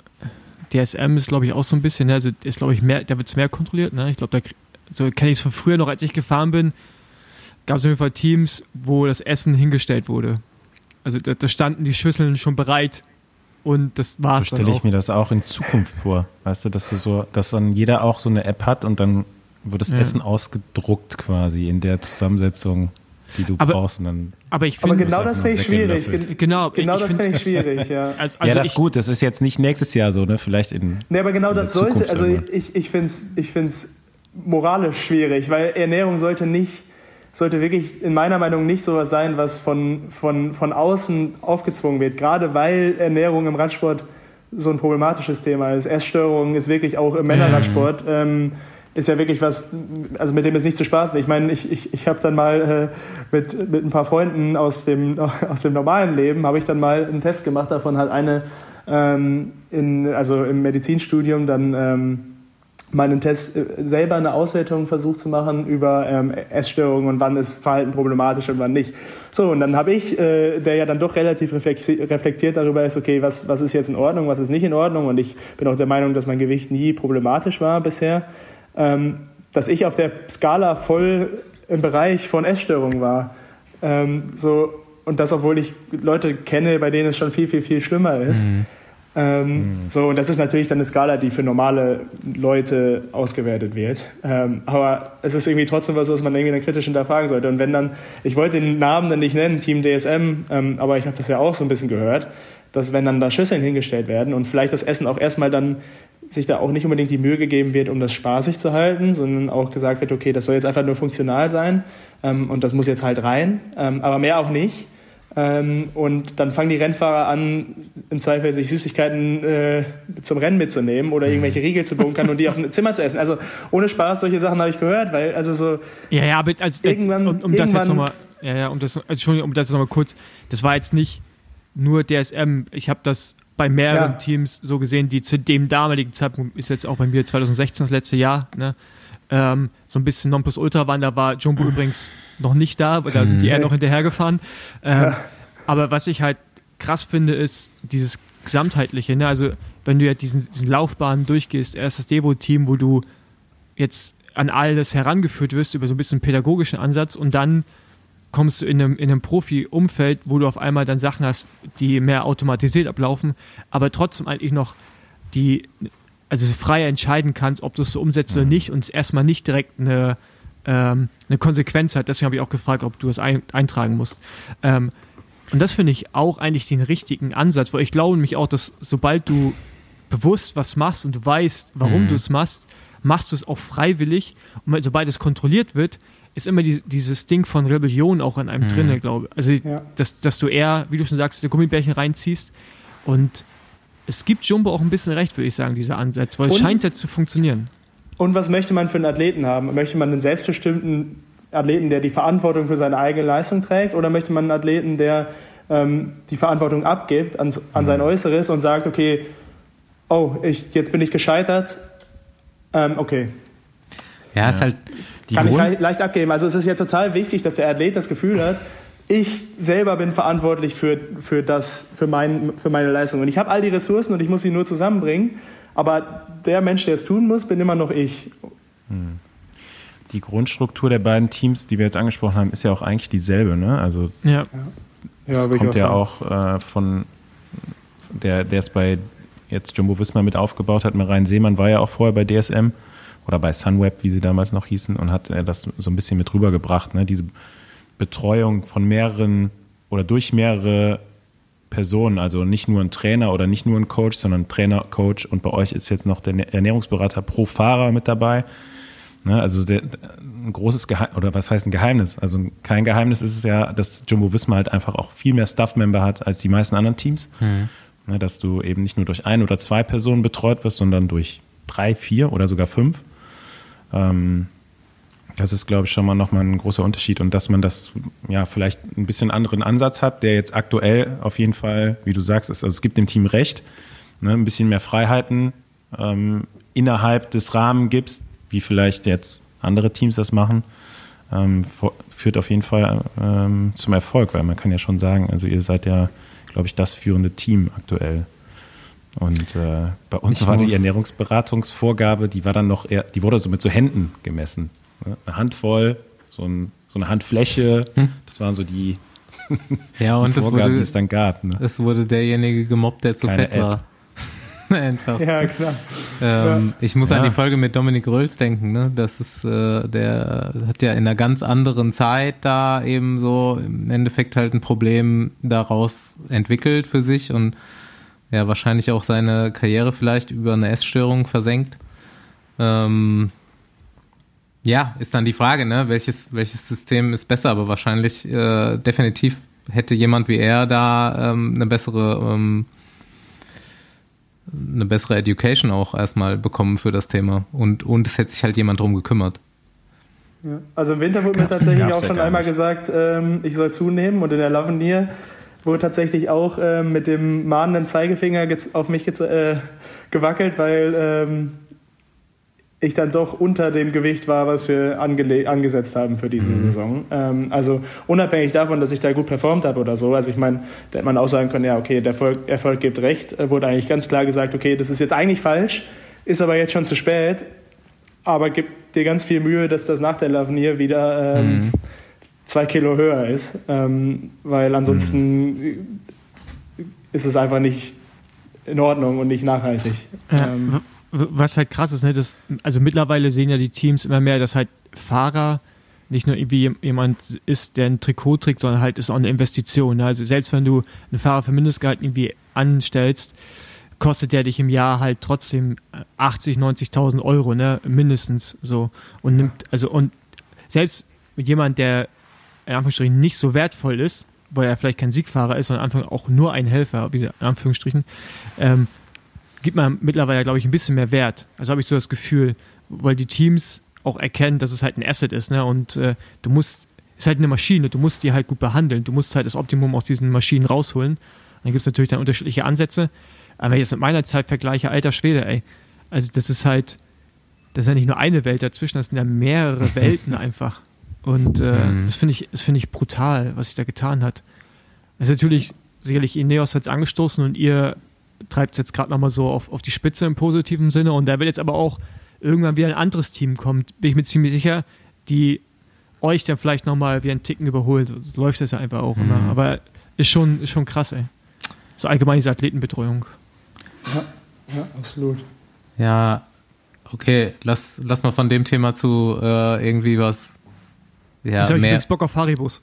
DSM ist, glaube ich, auch so ein bisschen, also ist, glaube ich, mehr, da wird es mehr kontrolliert. Ne? Ich glaube, so kenne ich es von früher noch, als ich gefahren bin, gab es auf jeden Fall Teams, wo das Essen hingestellt wurde. Also da standen die Schüsseln schon bereit und das war's so dann auch. So stelle ich mir das auch in Zukunft vor. Weißt du, dass dann jeder auch so eine App hat und dann wird das Essen ausgedruckt quasi in der Zusammensetzung, die du brauchst. Und dann aber ich finde, genau das finde ich schwierig. Genau das finde ich schwierig, ja. Also ja, das ist gut. Das ist jetzt nicht nächstes Jahr so, ne? Vielleicht Nee, aber genau das sollte, also irgendwann. ich finde es moralisch schwierig, weil Ernährung sollte nicht sollte wirklich in meiner Meinung nicht sowas sein, was von außen aufgezwungen wird. Gerade weil Ernährung im Radsport so ein problematisches Thema ist. Essstörungen ist wirklich auch im Männerradsport, ist ja wirklich was, also mit dem ist nicht zu spaßen. Ich meine, ich habe dann mal mit ein paar Freunden aus dem normalen Leben, habe ich dann mal einen Test gemacht. Davon hat eine im Medizinstudium dann mal einen Test selber eine Auswertung versucht zu machen über Essstörungen und wann ist Verhalten problematisch und wann nicht. So, und dann habe ich, der ja dann doch relativ reflektiert darüber ist, okay, was ist jetzt in Ordnung, was ist nicht in Ordnung, und ich bin auch der Meinung, dass mein Gewicht nie problematisch war bisher, dass ich auf der Skala voll im Bereich von Essstörungen war. Und das, obwohl ich Leute kenne, bei denen es schon viel, viel, viel schlimmer ist. Und das ist natürlich dann eine Skala, die für normale Leute ausgewertet wird. Aber es ist irgendwie trotzdem was man irgendwie dann kritisch hinterfragen sollte. Und wenn dann, ich wollte den Namen dann nicht nennen, Team DSM, aber ich habe das ja auch so ein bisschen gehört, dass wenn dann da Schüsseln hingestellt werden und vielleicht das Essen auch erstmal dann sich da auch nicht unbedingt die Mühe gegeben wird, um das spaßig zu halten, sondern auch gesagt wird, okay, das soll jetzt einfach nur funktional sein und das muss jetzt halt rein, aber mehr auch nicht. Und dann fangen die Rennfahrer an, im Zweifel sich Süßigkeiten zum Rennen mitzunehmen oder irgendwelche Riegel zu bunkern und die auf dem Zimmer zu essen. Also ohne Spaß, solche Sachen habe ich gehört, weil also so... Ja, aber also das jetzt nochmal... um das jetzt nochmal kurz, das war jetzt nicht nur DSM, ich habe das bei mehreren Teams so gesehen, die zu dem damaligen Zeitpunkt, ist jetzt auch bei mir 2016 das letzte Jahr, ne, so ein bisschen Nonplusultra waren, da war Jumbo übrigens noch nicht da, weil da sind die eher noch hinterhergefahren. Aber was ich halt krass finde, ist dieses Gesamtheitliche, ne? Also wenn du ja diesen Laufbahn durchgehst, erst das Devo-Team, wo du jetzt an alles herangeführt wirst über so ein bisschen pädagogischen Ansatz, und dann kommst du in einem Profi-Umfeld, wo du auf einmal dann Sachen hast, die mehr automatisiert ablaufen, aber trotzdem eigentlich noch also frei entscheiden kannst, ob du es so umsetzt oder nicht, und es erstmal nicht direkt eine Konsequenz hat. Deswegen habe ich auch gefragt, ob du es eintragen musst. Und das finde ich auch eigentlich den richtigen Ansatz, weil ich glaube nämlich auch, dass sobald du bewusst was machst und du weißt, warum du es machst, machst du es auch freiwillig, und sobald es kontrolliert wird, ist immer dieses Ding von Rebellion auch in einem drin, glaube ich. Also, dass du eher, wie du schon sagst, die Gummibärchen reinziehst, und es gibt Jumbo auch ein bisschen recht, würde ich sagen, dieser Ansatz, weil es scheint ja zu funktionieren. Und was möchte man für einen Athleten haben? Möchte man einen selbstbestimmten Athleten, der die Verantwortung für seine eigene Leistung trägt, oder möchte man einen Athleten, der die Verantwortung abgibt an sein Äußeres und sagt, okay, jetzt bin ich gescheitert, okay. Ja, ist halt... Kann ich leicht abgeben. Also es ist ja total wichtig, dass der Athlet das Gefühl hat, ich selber bin verantwortlich für meine Leistung. Und ich habe all die Ressourcen und ich muss sie nur zusammenbringen. Aber der Mensch, der es tun muss, bin immer noch ich. Die Grundstruktur der beiden Teams, die wir jetzt angesprochen haben, ist ja auch eigentlich dieselbe, ne? Also das kommt ja auch von der es bei jetzt Jumbo Visma mit aufgebaut hat. Marijn Seemann war ja auch vorher bei DSM oder bei Sunweb, wie sie damals noch hießen, und hat das so ein bisschen mit rübergebracht, ne? Diese Betreuung von mehreren oder durch mehrere Personen, also nicht nur ein Trainer oder nicht nur ein Coach, sondern Trainer, Coach, und bei euch ist jetzt noch der Ernährungsberater pro Fahrer mit dabei. Ne? Also ein großes Geheimnis, oder was heißt ein Geheimnis? Also kein Geheimnis ist es ja, dass Jumbo Visma halt einfach auch viel mehr Staff-Member hat als die meisten anderen Teams. Ne? Dass du eben nicht nur durch 1 oder 2 Personen betreut wirst, sondern durch 3, 4 oder sogar 5. Das ist, glaube ich, schon mal nochmal ein großer Unterschied, und dass man das ja vielleicht ein bisschen anderen Ansatz hat, der jetzt aktuell auf jeden Fall, wie du sagst, ist, also es gibt dem Team recht, ne, ein bisschen mehr Freiheiten innerhalb des Rahmens gibst, wie vielleicht jetzt andere Teams das machen, führt auf jeden Fall zum Erfolg, weil man kann ja schon sagen, also ihr seid ja, glaube ich, das führende Team aktuell. Und bei uns war die Ernährungsberatungsvorgabe, die war dann noch eher, die wurde so mit so Händen gemessen. Ne? Eine Handvoll, so eine Handfläche, das waren so die, die Vorgaben, die es dann gab. Ne? Es wurde derjenige gemobbt, der zu fett war. Einfach. Ja, klar. Ich muss an die Folge mit Dominik Röls denken, ne? Das ist, der hat ja in einer ganz anderen Zeit da eben so im Endeffekt halt ein Problem daraus entwickelt für sich und ja, wahrscheinlich auch seine Karriere vielleicht über eine Essstörung versenkt. Ja, ist dann die Frage, ne? Welches System ist besser, aber wahrscheinlich definitiv hätte jemand wie er da eine bessere Education auch erstmal bekommen für das Thema und es hätte sich halt jemand drum gekümmert. Ja. Also im Winter wurde mir tatsächlich auch schon einmal gesagt, ich soll zunehmen, und in der Lavenier wurde tatsächlich auch mit dem mahnenden Zeigefinger auf mich gewackelt, weil ich dann doch unter dem Gewicht war, was wir angesetzt haben für diese Saison. Also unabhängig davon, dass ich da gut performt habe oder so, also ich meine, da hätte man auch sagen können, ja okay, der Erfolg gibt recht, wurde eigentlich ganz klar gesagt, okay, das ist jetzt eigentlich falsch, ist aber jetzt schon zu spät, aber gib dir ganz viel Mühe, dass das nach der Lavenier wieder 2 Kilo höher ist, weil ansonsten ist es einfach nicht in Ordnung und nicht nachhaltig. Was halt krass ist, ne, also mittlerweile sehen ja die Teams immer mehr, dass halt Fahrer nicht nur irgendwie jemand ist, der ein Trikot trägt, sondern halt ist auch eine Investition. Ne? Also selbst wenn du einen Fahrer für Mindestgehalt irgendwie anstellst, kostet der dich im Jahr halt trotzdem 80.000, 90.000 Euro, ne, mindestens so. Und und selbst mit jemand, der in Anführungsstrichen nicht so wertvoll ist, weil er vielleicht kein Siegfahrer ist, sondern Anfang auch nur ein Helfer, wie in Anführungsstrichen, gibt man mittlerweile, glaube ich, ein bisschen mehr Wert. Also habe ich so das Gefühl, weil die Teams auch erkennen, dass es halt ein Asset ist, ne? Und ist halt eine Maschine, du musst die halt gut behandeln, du musst halt das Optimum aus diesen Maschinen rausholen. Dann gibt es natürlich dann unterschiedliche Ansätze. Aber wenn ich jetzt mit meiner Zeit vergleiche, alter Schwede, ey, also das ist ja nicht nur eine Welt dazwischen, das sind ja mehrere Welten einfach. Und das finde ich brutal, was sich da getan hat. Also natürlich, sicherlich Ineos hat es angestoßen und ihr treibt es jetzt gerade nochmal so auf die Spitze im positiven Sinne, und da wird jetzt aber auch irgendwann wieder ein anderes Team kommen, bin ich mir ziemlich sicher, die euch dann vielleicht nochmal wie einen Ticken überholt. So läuft das ja einfach auch immer. Aber ist schon krass, ey. So allgemein diese Athletenbetreuung. Ja, absolut. Ja, okay, lass mal von dem Thema zu irgendwie was. Ja, ich habe Bock auf Haribus.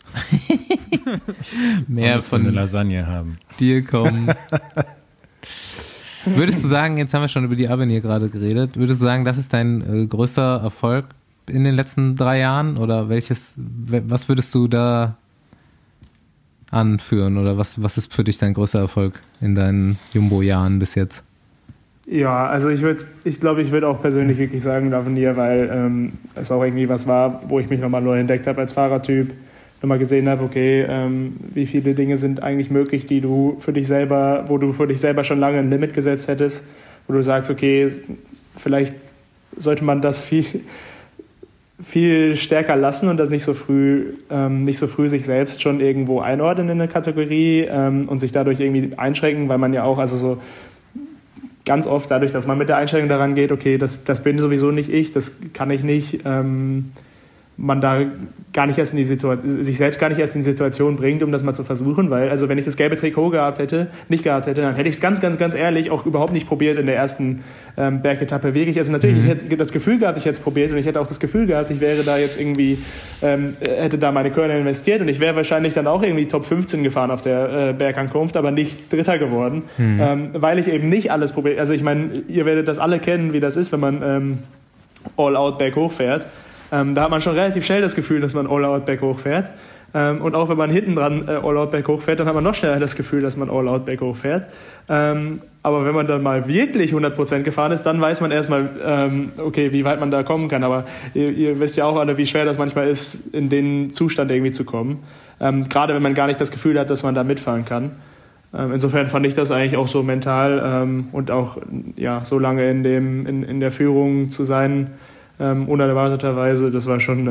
mehr von eine Lasagne haben. Dir kommen. Würdest du sagen, jetzt haben wir schon über die Avenir gerade geredet, würdest du sagen, das ist dein größter Erfolg in den letzten 3 Jahren? Oder was würdest du da anführen? Oder was ist für dich dein größter Erfolg in deinen Jumbo-Jahren bis jetzt? Ja, also ich glaube, ich würde auch persönlich wirklich sagen Lavenier, weil es auch irgendwie was war, wo ich mich nochmal neu entdeckt habe als Fahrertyp. Nochmal gesehen habe, okay, wie viele Dinge sind eigentlich möglich, wo du für dich selber schon lange ein Limit gesetzt hättest, wo du sagst, okay, vielleicht sollte man das viel, viel stärker lassen und das nicht so früh sich selbst schon irgendwo einordnen in eine Kategorie und sich dadurch irgendwie einschränken, weil man ja auch, also so ganz oft dadurch, dass man mit der Einstellung daran geht, okay, das bin sowieso nicht ich, das kann ich nicht, man da gar nicht erst sich selbst gar nicht erst in die Situation bringt, um das mal zu versuchen, weil, also wenn ich das gelbe Trikot nicht gehabt hätte, dann hätte ich es ganz, ganz, ganz ehrlich auch überhaupt nicht probiert in der ersten Bergetappe wirklich. Also natürlich, ich hätte das Gefühl gehabt, ich hätte es probiert und ich hätte auch das Gefühl gehabt, ich wäre da jetzt irgendwie, hätte da meine Körner investiert und ich wäre wahrscheinlich dann auch irgendwie Top 15 gefahren auf der Bergankunft, aber nicht Dritter geworden, weil ich eben nicht alles probiert. Also ich meine, ihr werdet das alle kennen, wie das ist, wenn man all-out berghoch fährt. Da hat man schon relativ schnell das Gefühl, dass man all-out berghoch fährt. Und auch wenn man hinten dran all-out berghoch fährt, dann hat man noch schneller das Gefühl, dass man all-out berghoch fährt. Aber wenn man dann mal wirklich 100% gefahren ist, dann weiß man erstmal, okay, wie weit man da kommen kann. Aber ihr wisst ja auch alle, wie schwer das manchmal ist, in den Zustand irgendwie zu kommen. Gerade wenn man gar nicht das Gefühl hat, dass man da mitfahren kann. Insofern fand ich das eigentlich auch so mental und auch ja, so lange in der Führung zu sein, unerwarteterweise, das war schon,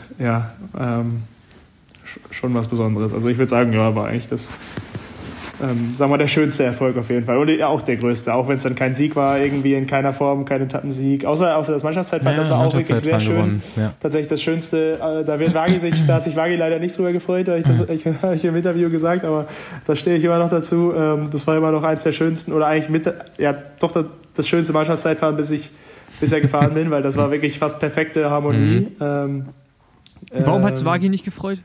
schon was Besonderes. Also ich würde sagen, ja, war eigentlich das, sagen wir mal, der schönste Erfolg auf jeden Fall. Und ja, auch der größte, auch wenn es dann kein Sieg war, irgendwie in keiner Form, kein Etappensieg. Außer das Mannschaftszeitfahren, das war auch wirklich sehr schön. Ja. Tatsächlich das Schönste, da hat sich Wagi leider nicht drüber gefreut, habe ich im Interview gesagt, aber da stehe ich immer noch dazu. Das war immer noch eins der schönsten, oder eigentlich das schönste Mannschaftszeitfahren, bis ich bisher gefahren bin, weil das war wirklich fast perfekte Harmonie. Warum hat es Wagi nicht gefreut?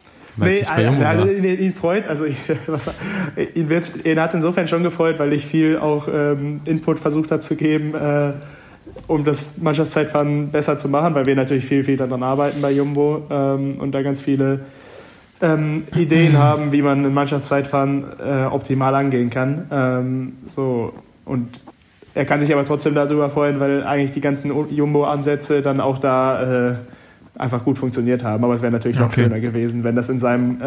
Ihn freut, also ihn hat es insofern schon gefreut, weil ich viel auch Input versucht habe zu geben, um das Mannschaftszeitfahren besser zu machen, weil wir natürlich viel daran arbeiten bei Jumbo und da ganz viele Ideen haben, wie man ein Mannschaftszeitfahren optimal angehen kann. Und er kann sich aber trotzdem darüber freuen, weil eigentlich die ganzen Jumbo-Ansätze dann auch da einfach gut funktioniert haben. Aber es wäre natürlich noch schöner gewesen, wenn das in seinem...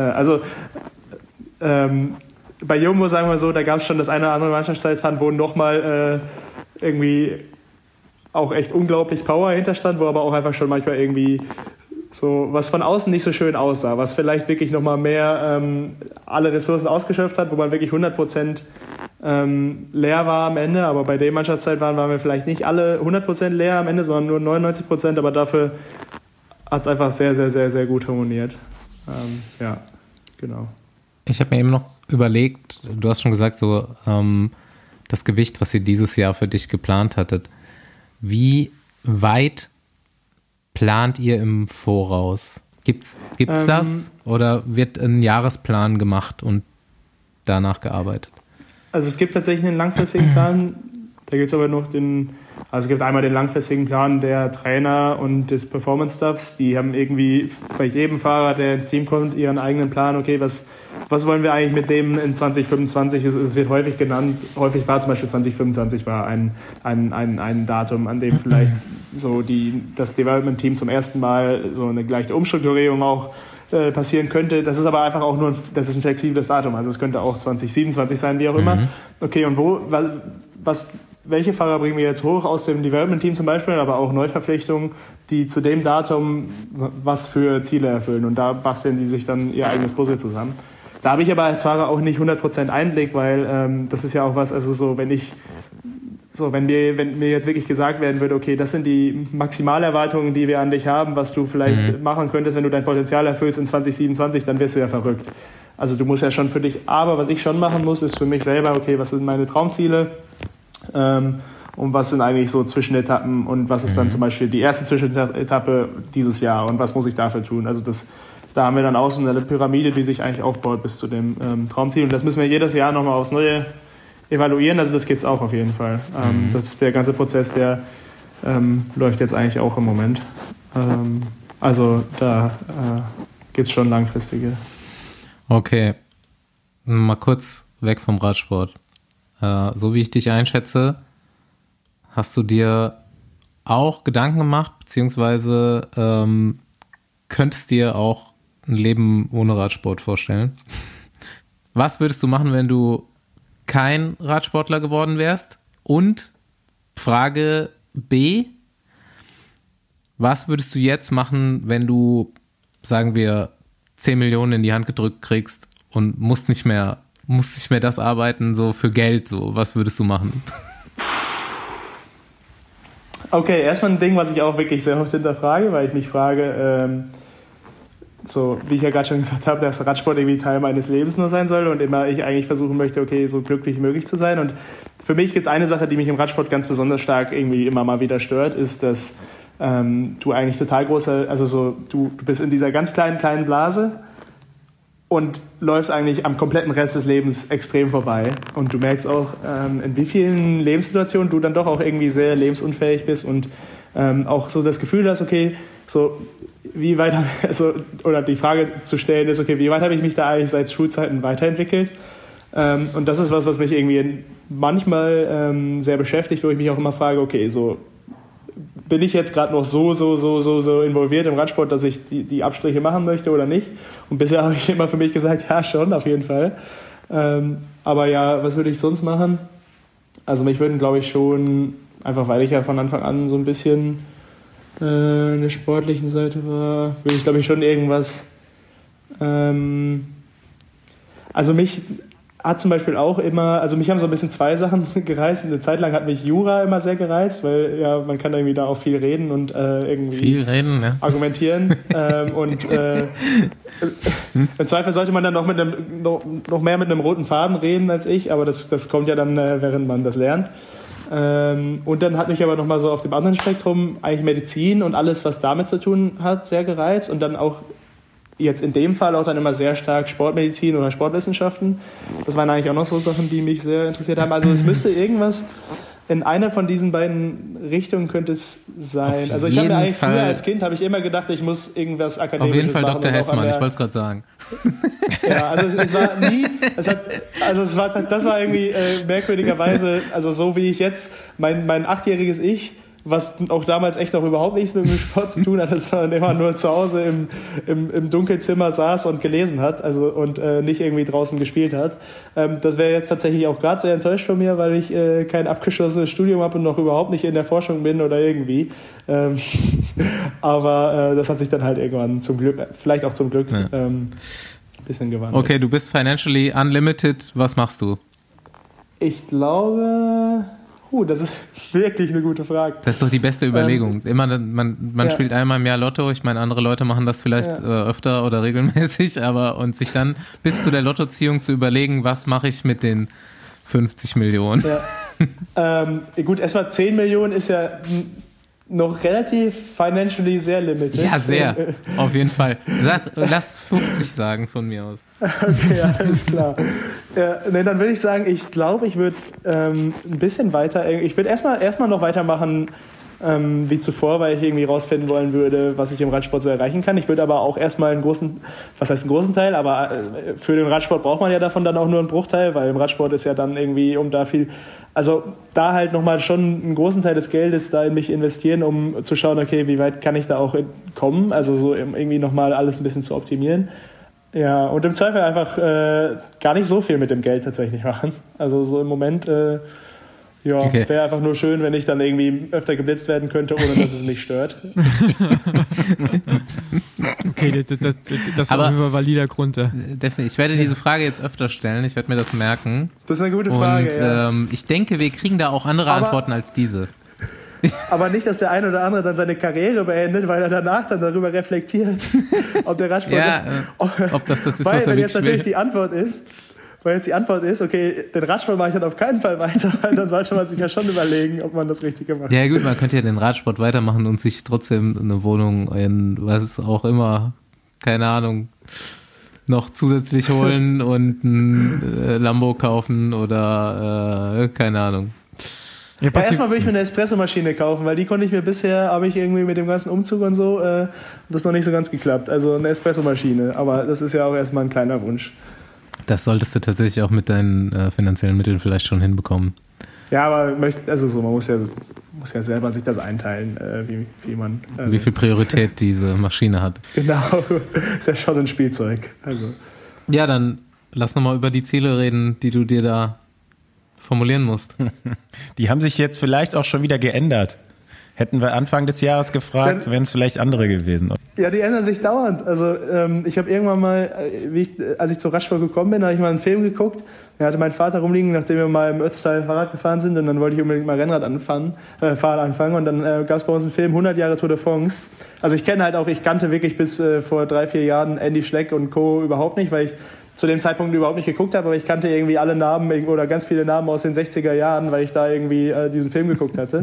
bei Jumbo, sagen wir so, da gab es schon das eine oder andere Mannschaftszeitfahren, wo nochmal irgendwie auch echt unglaublich Power hinterstand, wo aber auch einfach schon manchmal irgendwie so was von außen nicht so schön aussah, was vielleicht wirklich nochmal mehr alle Ressourcen ausgeschöpft hat, wo man wirklich 100% leer war am Ende, aber bei dem Mannschaftszeitfahren waren wir vielleicht nicht alle 100% leer am Ende, sondern nur 99%, aber dafür hat es einfach sehr, sehr, sehr, sehr gut harmoniert. Ja, genau. Ich habe mir eben noch überlegt, du hast schon gesagt, so das Gewicht, was ihr dieses Jahr für dich geplant hattet. Wie weit plant ihr im Voraus? Gibt's das oder wird ein Jahresplan gemacht und danach gearbeitet? Also es gibt tatsächlich einen langfristigen Plan, da gibt es aber noch es gibt einmal den langfristigen Plan der Trainer und des Performance-Staffs, die haben irgendwie bei jedem Fahrer, der ins Team kommt, ihren eigenen Plan, okay, was wollen wir eigentlich mit dem in 2025, es wird häufig genannt, häufig war zum Beispiel 2025 war ein Datum, an dem vielleicht so das Development-Team zum ersten Mal so eine leichte Umstrukturierung auch passieren könnte. Das ist aber einfach auch das ist ein flexibles Datum, also es könnte auch 2027 sein, wie auch immer. Okay, und welche Fahrer bringen wir jetzt hoch aus dem Development-Team zum Beispiel, aber auch Neuverpflichtungen, die zu dem Datum was für Ziele erfüllen und da basteln sie sich dann ihr eigenes Puzzle zusammen. Da habe ich aber als Fahrer auch nicht 100% Einblick, weil das ist ja auch was, also so, wenn mir jetzt wirklich gesagt werden würde, okay, das sind die Maximalerwartungen, die wir an dich haben, was du vielleicht machen könntest, wenn du dein Potenzial erfüllst in 2027, dann wirst du ja verrückt. Also du musst ja schon für dich, aber was ich schon machen muss, ist für mich selber, okay, was sind meine Traumziele und was sind eigentlich so Zwischenetappen und was ist dann zum Beispiel die erste Zwischenetappe dieses Jahr und was muss ich dafür tun? Also da haben wir dann auch so eine Pyramide, die sich eigentlich aufbaut bis zu dem Traumziel und das müssen wir jedes Jahr nochmal aufs Neue evaluieren, also das gibt es auch auf jeden Fall. Das ist der ganze Prozess, der läuft jetzt eigentlich auch im Moment. Also da gibt es schon langfristige. Okay, mal kurz weg vom Radsport. So wie ich dich einschätze, hast du dir auch Gedanken gemacht, beziehungsweise könntest dir auch ein Leben ohne Radsport vorstellen? Was würdest du machen, wenn du kein Radsportler geworden wärst? Und Frage B, was würdest du jetzt machen, wenn du, sagen wir, 10 Millionen in die Hand gedrückt kriegst und musst nicht mehr das arbeiten, so für Geld, so, was würdest du machen? Okay, erstmal ein Ding, was ich auch wirklich sehr oft hinterfrage, weil ich mich frage, so wie ich ja gerade schon gesagt habe, dass Radsport irgendwie Teil meines Lebens nur sein soll und immer ich eigentlich versuchen möchte, okay, so glücklich wie möglich zu sein. Und für mich gibt es eine Sache, die mich im Radsport ganz besonders stark irgendwie immer mal wieder stört, ist, dass du eigentlich total du bist in dieser ganz kleinen Blase und läufst eigentlich am kompletten Rest des Lebens extrem vorbei. Und du merkst auch, in wie vielen Lebenssituationen du dann doch auch irgendwie sehr lebensunfähig bist und auch so das Gefühl hast, okay, so wie weit, oder die Frage zu stellen ist, okay, wie weit habe ich mich da eigentlich seit Schulzeiten weiterentwickelt? Und das ist was mich irgendwie manchmal sehr beschäftigt, wo ich mich auch immer frage, okay, so bin ich jetzt gerade noch so involviert im Radsport, dass ich die Abstriche machen möchte oder nicht? Und bisher habe ich immer für mich gesagt, ja schon, auf jeden Fall. Aber ja, was würde ich sonst machen? Also mich würden, glaube ich, schon, einfach weil ich ja von Anfang an so ein bisschen in der sportlichen Seite war, würde ich, glaube ich, schon irgendwas... also mich hat zum Beispiel auch immer, also mich haben so ein bisschen zwei Sachen gereizt. Eine Zeit lang hat mich Jura immer sehr gereizt, weil ja, man kann irgendwie da auch viel reden und irgendwie argumentieren. Und im Zweifel sollte man dann noch mehr mit einem roten Faden reden als ich, aber das kommt ja dann, während man das lernt. Und dann hat mich aber nochmal so auf dem anderen Spektrum eigentlich Medizin und alles, was damit zu tun hat, sehr gereizt und dann auch jetzt in dem Fall auch dann immer sehr stark Sportmedizin oder Sportwissenschaften. Das waren eigentlich auch noch so Sachen, die mich sehr interessiert haben. Also es müsste irgendwas in einer von diesen beiden Richtungen könnte es sein. Auf Also ich habe mir jeden eigentlich früher Fall- als Kind habe ich immer gedacht, ich muss irgendwas Auf Akademisches jeden Fall machen. Dr. und auch Hessmann, an der- ich wollte es gerade sagen. Ja, also es war nie, das war irgendwie merkwürdigerweise, also so wie ich jetzt, mein 8-jähriges Ich, was auch damals echt noch überhaupt nichts mit dem Sport zu tun hat, sondern immer nur zu Hause im Dunkelzimmer saß und gelesen hat, also und nicht irgendwie draußen gespielt hat. Das wäre jetzt tatsächlich auch gerade sehr enttäuscht von mir, weil ich kein abgeschlossenes Studium habe und noch überhaupt nicht in der Forschung bin oder irgendwie. Aber das hat sich dann halt irgendwann zum Glück, vielleicht auch zum Glück, ein bisschen gewandelt. Okay, du bist financially unlimited. Was machst du? Ich glaube, das ist wirklich eine gute Frage. Das ist doch die beste Überlegung. Immer, man Ja. spielt einmal im Jahr Lotto. Ich meine, andere Leute machen das vielleicht öfter oder regelmäßig, und sich dann bis zu der Lottoziehung zu überlegen, was mache ich mit den 50 Millionen? Ja. Gut, erstmal 10 Millionen ist ja noch relativ financially sehr limited. Ja, sehr. Auf jeden Fall. Lass 50 sagen von mir aus. Okay, alles klar. Dann würde ich sagen, ich glaube, ich würde ein bisschen weiter, ich würde erstmal noch weitermachen wie zuvor, weil ich irgendwie rausfinden wollen würde, was ich im Radsport so erreichen kann. Ich würde aber auch erstmal einen großen Teil, aber für den Radsport braucht man ja davon dann auch nur einen Bruchteil, weil im Radsport ist ja dann irgendwie also da halt nochmal schon einen großen Teil des Geldes da in mich investieren, um zu schauen, okay, wie weit kann ich da auch kommen, also so irgendwie nochmal alles ein bisschen zu optimieren. Ja, und im Zweifel einfach gar nicht so viel mit dem Geld tatsächlich machen. Also so im Moment, Okay. wäre einfach nur schön, wenn ich dann irgendwie öfter geblitzt werden könnte, ohne dass es mich stört. Okay, das ist Aber- auch ein valider Grund. Ja. Definitiv. Ich werde diese Frage jetzt öfter stellen. Ich werde mir das merken. Das ist eine gute Frage, Und ja. ich denke, wir kriegen da auch andere Aber- Antworten als diese. Aber nicht, dass der ein oder andere dann seine Karriere beendet, weil er danach dann darüber reflektiert, ob der Radsport... Ja, ob das ist, weil, was er wenn jetzt wirklich natürlich will. die Antwort ist, okay, den Radsport mache ich dann auf keinen Fall weiter, dann sollte man sich ja schon überlegen, ob man das Richtige macht. Ja gut, man könnte ja den Radsport weitermachen und sich trotzdem eine Wohnung in was auch immer, keine Ahnung, noch zusätzlich holen und ein Lambo kaufen oder keine Ahnung. Ja, Erstmal würde ich mir eine Espressomaschine kaufen, weil die konnte ich mir bisher, habe ich irgendwie mit dem ganzen Umzug und so, das noch nicht so ganz geklappt. Also eine Espressomaschine, aber das ist ja auch erstmal ein kleiner Wunsch. Das solltest du tatsächlich auch mit deinen finanziellen Mitteln vielleicht schon hinbekommen. Ja, aber man muss ja selber sich das einteilen, wie man... Wie viel Priorität diese Maschine hat. Genau, ist ja schon ein Spielzeug. Also. Ja, dann lass nochmal über die Ziele reden, die du dir da formulieren musst. Die haben sich jetzt vielleicht auch schon wieder geändert. Hätten wir Anfang des Jahres gefragt, wären es vielleicht andere gewesen. Ja, die ändern sich dauernd. Also ich habe irgendwann mal, als ich zur Radsport gekommen bin, habe ich mal einen Film geguckt. Da hatte mein Vater rumliegen, nachdem wir mal im Ötztal Fahrrad gefahren sind. Und dann wollte ich unbedingt mal Fahrrad anfangen. Und dann gab es bei uns einen Film 100 Jahre Tour de France. Also ich kannte wirklich bis vor 3-4 Jahren Andy Schleck und Co. überhaupt nicht, weil ich zu dem Zeitpunkt überhaupt nicht geguckt habe, aber ich kannte irgendwie alle Namen oder ganz viele Namen aus den 60er Jahren, weil ich da irgendwie diesen Film geguckt hatte.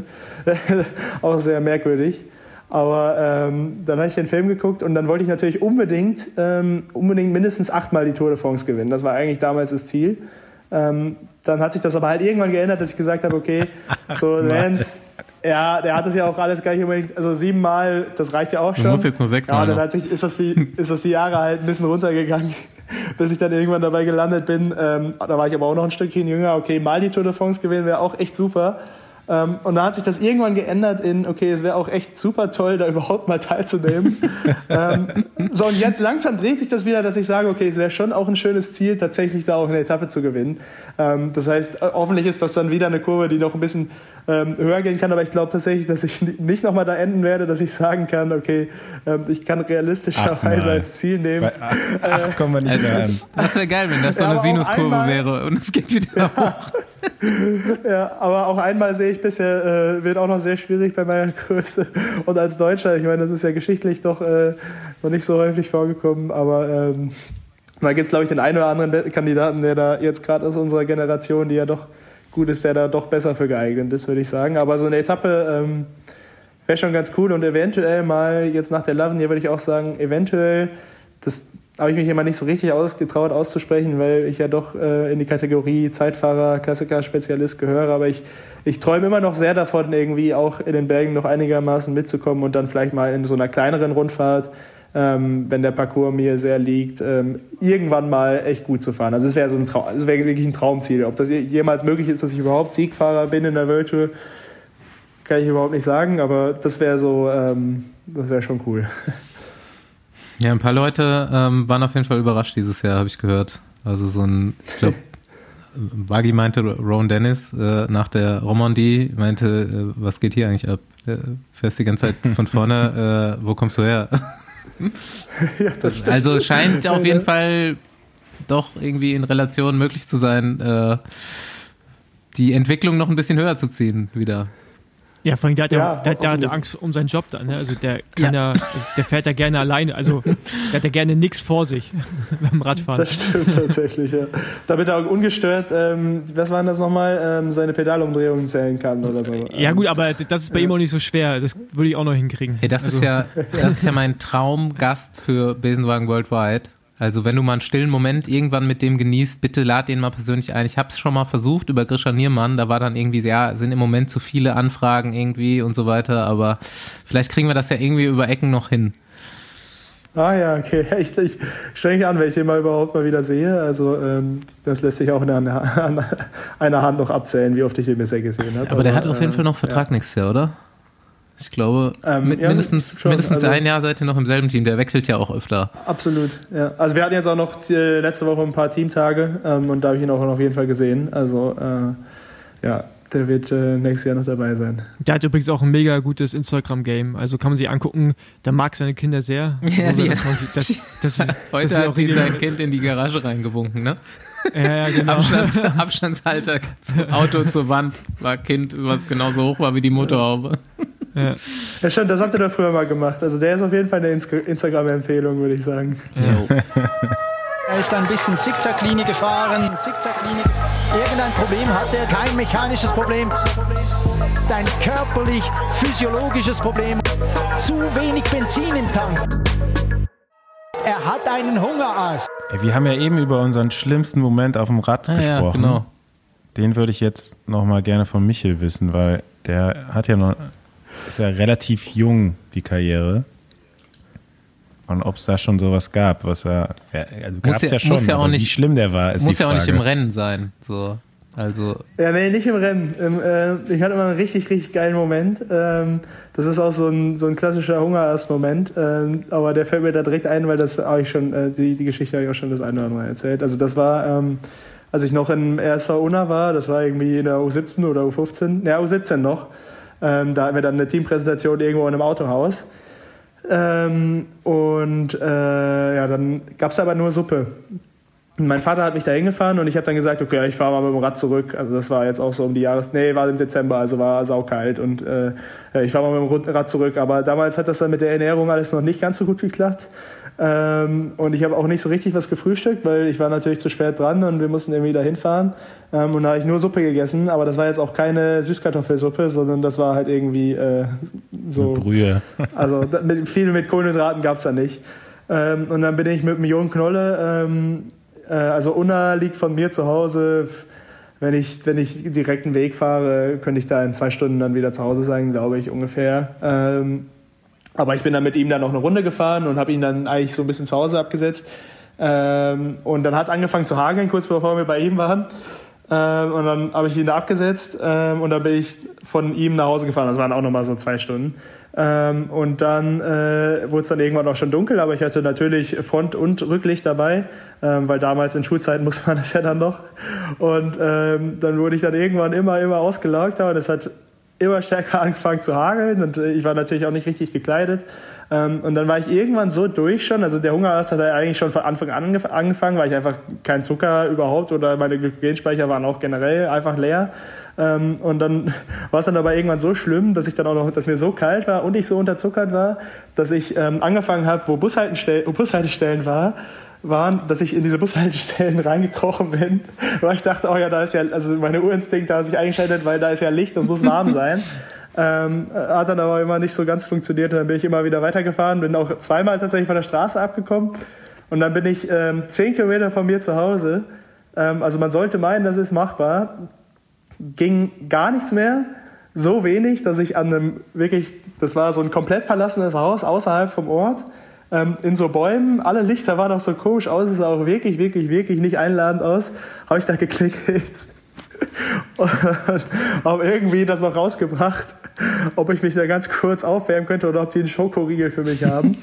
Auch sehr merkwürdig. Aber dann habe ich den Film geguckt und dann wollte ich natürlich unbedingt mindestens 8-mal die Tour de France gewinnen. Das war eigentlich damals das Ziel. Dann hat sich das aber halt irgendwann geändert, dass ich gesagt habe, okay, so Lance, ja, der hat das ja auch alles gar nicht unbedingt, also 7-mal, das reicht ja auch schon. Du musst jetzt nur 6-mal Ja, noch. dann ist das die Jahre halt ein bisschen runtergegangen, bis ich dann irgendwann dabei gelandet bin. Da war ich aber auch noch ein Stückchen jünger. Okay, mal die Tour de France gewinnen wäre auch echt super. Und da hat sich das irgendwann geändert in, okay, es wäre auch echt super toll, da überhaupt mal teilzunehmen. So, und jetzt langsam dreht sich das wieder, dass ich sage, okay, es wäre schon auch ein schönes Ziel, tatsächlich da auch eine Etappe zu gewinnen. Das heißt, hoffentlich ist das dann wieder eine Kurve, die noch ein bisschen höher gehen kann, aber ich glaube tatsächlich, dass ich nicht nochmal da enden werde, dass ich sagen kann, okay, ich kann realistischerweise als Ziel nehmen. Bei 8 kommen wir nicht mehr an. Das wäre geil, wenn das so Ja, eine aber auch Sinuskurve einmal- wäre und es geht wieder hoch. Ja, aber auch einmal sehe ich bisher, wird auch noch sehr schwierig bei meiner Größe. Und als Deutscher, ich meine, das ist ja geschichtlich doch noch nicht so häufig vorgekommen, aber da gibt es, glaube ich, den einen oder anderen Kandidaten, der da jetzt gerade aus unserer Generation, die ja doch gut ist, der da doch besser für geeignet ist, würde ich sagen. Aber so eine Etappe wäre schon ganz cool und eventuell mal jetzt nach der Laven hier würde ich auch sagen, eventuell habe ich mich immer nicht so richtig getraut auszusprechen, weil ich ja doch in die Kategorie Zeitfahrer, Klassiker-Spezialist gehöre. Aber ich träume immer noch sehr davon, irgendwie auch in den Bergen noch einigermaßen mitzukommen und dann vielleicht mal in so einer kleineren Rundfahrt, wenn der Parcours mir sehr liegt, irgendwann mal echt gut zu fahren. Also es wäre wirklich ein Traumziel. Ob das jemals möglich ist, dass ich überhaupt Siegfahrer bin in der World Tour, kann ich überhaupt nicht sagen, aber das wäre so, das wäre schon cool. Ja, ein paar Leute waren auf jeden Fall überrascht dieses Jahr, habe ich gehört. Also ich glaube, Buggy meinte, Rowan Dennis nach der Romandie meinte, was geht hier eigentlich ab? Fährst die ganze Zeit von vorne, wo kommst du her? Ja, das stimmt. Also es scheint auf jeden Fall doch irgendwie in Relation möglich zu sein, die Entwicklung noch ein bisschen höher zu ziehen wieder. Ja, vor allem, der hat Angst um seinen Job dann. Ne? Also der fährt ja gerne alleine. Also der hat ja gerne nichts vor sich beim Radfahren. Das stimmt tatsächlich, ja. Damit er auch ungestört, was waren das nochmal, seine Pedalumdrehungen zählen kann oder so. Ja gut, aber das ist bei ihm auch nicht so schwer. Das würde ich auch noch hinkriegen. Hey, das ist ja mein Traumgast für Besenwagen Worldwide. Also wenn du mal einen stillen Moment irgendwann mit dem genießt, bitte lad den mal persönlich ein. Ich habe es schon mal versucht über Grisha Niermann, da war dann irgendwie, sind im Moment zu viele Anfragen irgendwie und so weiter, aber vielleicht kriegen wir das ja irgendwie über Ecken noch hin. Ah ja, okay. Ich streng mich an, wenn ich den mal überhaupt mal wieder sehe. Also das lässt sich auch an einer Hand noch abzählen, wie oft ich den bisher gesehen habe. Aber der hat auf jeden Fall noch Vertrag nächstes Jahr, oder? Ich glaube, mindestens ein Jahr seid ihr noch im selben Team. Der wechselt ja auch öfter. Absolut, ja. Also wir hatten jetzt auch noch letzte Woche ein paar Teamtage und da habe ich ihn auch auf jeden Fall gesehen. Also der wird nächstes Jahr noch dabei sein. Der hat übrigens auch ein mega gutes Instagram-Game. Also kann man sich angucken, der mag seine Kinder sehr. Ja, heute hat ihn sein Kind in die Garage reingewunken, ne? Ja, genau. Abstandshalter zum Auto zur Wand war Kind, was genauso hoch war wie die Motorhaube. Ja, stimmt, das habt ihr doch früher mal gemacht. Also der ist auf jeden Fall eine Instagram-Empfehlung, würde ich sagen. Ja. Er ist ein bisschen Zickzacklinie gefahren. Irgendein Problem hat er, kein mechanisches Problem. Ein körperlich-physiologisches Problem. Zu wenig Benzin im Tank. Er hat einen Hungerast. Wir haben ja eben über unseren schlimmsten Moment auf dem Rad gesprochen. Ja, genau. Den würde ich jetzt noch mal gerne von Michel wissen, weil der hat ja noch... Ist ja relativ jung, die Karriere. Und ob es da schon sowas gab, also gab es ja schon, muss ja auch nicht, wie schlimm der war, ist muss die ja Frage. auch nicht im Rennen sein. So. Also. Ja, nee, nicht im Rennen. Ich hatte immer einen richtig, richtig geilen Moment. Das ist auch so ein klassischer Hungerast-Moment. Aber der fällt mir da direkt ein, weil das habe ich schon, die Geschichte habe ich auch schon das eine oder andere erzählt. Also das war, als ich noch im RSV Unna war, das war irgendwie in der U17 oder U15, ja U17 noch. Da hatten wir dann eine Teampräsentation irgendwo in einem Autohaus. Dann gab es aber nur Suppe. Und mein Vater hat mich da hingefahren und ich habe dann gesagt, okay, ich fahre mal mit dem Rad zurück. Also das war jetzt auch so um die war im Dezember, also war saukalt und ich fahre mal mit dem Rad zurück. Aber damals hat das dann mit der Ernährung alles noch nicht ganz so gut geklappt. Und ich habe auch nicht so richtig was gefrühstückt, weil ich war natürlich zu spät dran und wir mussten irgendwie da hinfahren. Und da habe ich nur Suppe gegessen, aber das war jetzt auch keine Süßkartoffelsuppe, sondern das war halt irgendwie so... Eine Brühe. Also viel mit Kohlenhydraten gab es da nicht. Und dann bin ich mit dem Jon Knolle, also Unna liegt von mir zu Hause, wenn ich direkt einen Weg fahre, könnte ich da in 2 Stunden dann wieder zu Hause sein, glaube ich ungefähr. Aber ich bin dann mit ihm dann noch eine Runde gefahren und habe ihn dann eigentlich so ein bisschen zu Hause abgesetzt. Und dann hat es angefangen zu hageln, kurz bevor wir bei ihm waren. Und dann habe ich ihn da abgesetzt und dann bin ich von ihm nach Hause gefahren. Das waren auch nochmal so 2 Stunden. Und dann wurde es dann irgendwann auch schon dunkel, aber ich hatte natürlich Front- und Rücklicht dabei, weil damals in Schulzeiten musste man das ja dann noch. Und dann wurde ich dann irgendwann immer ausgelaugter und es hat immer stärker angefangen zu hageln und ich war natürlich auch nicht richtig gekleidet. Und dann war ich irgendwann so durch schon, also der Hungerast hat eigentlich schon von Anfang an angefangen, weil ich einfach kein Zucker überhaupt oder meine Glykogenspeicher waren auch generell einfach leer. Und dann war es dann aber irgendwann so schlimm, dass mir so kalt war und ich so unterzuckert war, dass ich angefangen habe, wo Bushaltestellen waren, dass ich in diese Bushaltestellen reingekrochen bin, weil ich dachte, oh ja, da ist ja, also meine Urinstinkte haben sich eingeschaltet, weil da ist ja Licht, das muss warm sein. Hat dann aber immer nicht so ganz funktioniert, dann bin ich immer wieder weitergefahren, bin auch zweimal tatsächlich von der Straße abgekommen Und dann bin ich 10 Kilometer von mir zu Hause. Also man sollte meinen, das ist machbar. Ging gar nichts mehr. So wenig, dass ich an einem wirklich, das war so ein komplett verlassenes Haus außerhalb vom Ort, in so Bäumen, alle Lichter waren auch so komisch aus, es sah auch wirklich, wirklich, wirklich nicht einladend aus, habe ich da geklickelt und habe irgendwie das noch rausgebracht, ob ich mich da ganz kurz aufwärmen könnte oder ob die einen Schokoriegel für mich haben.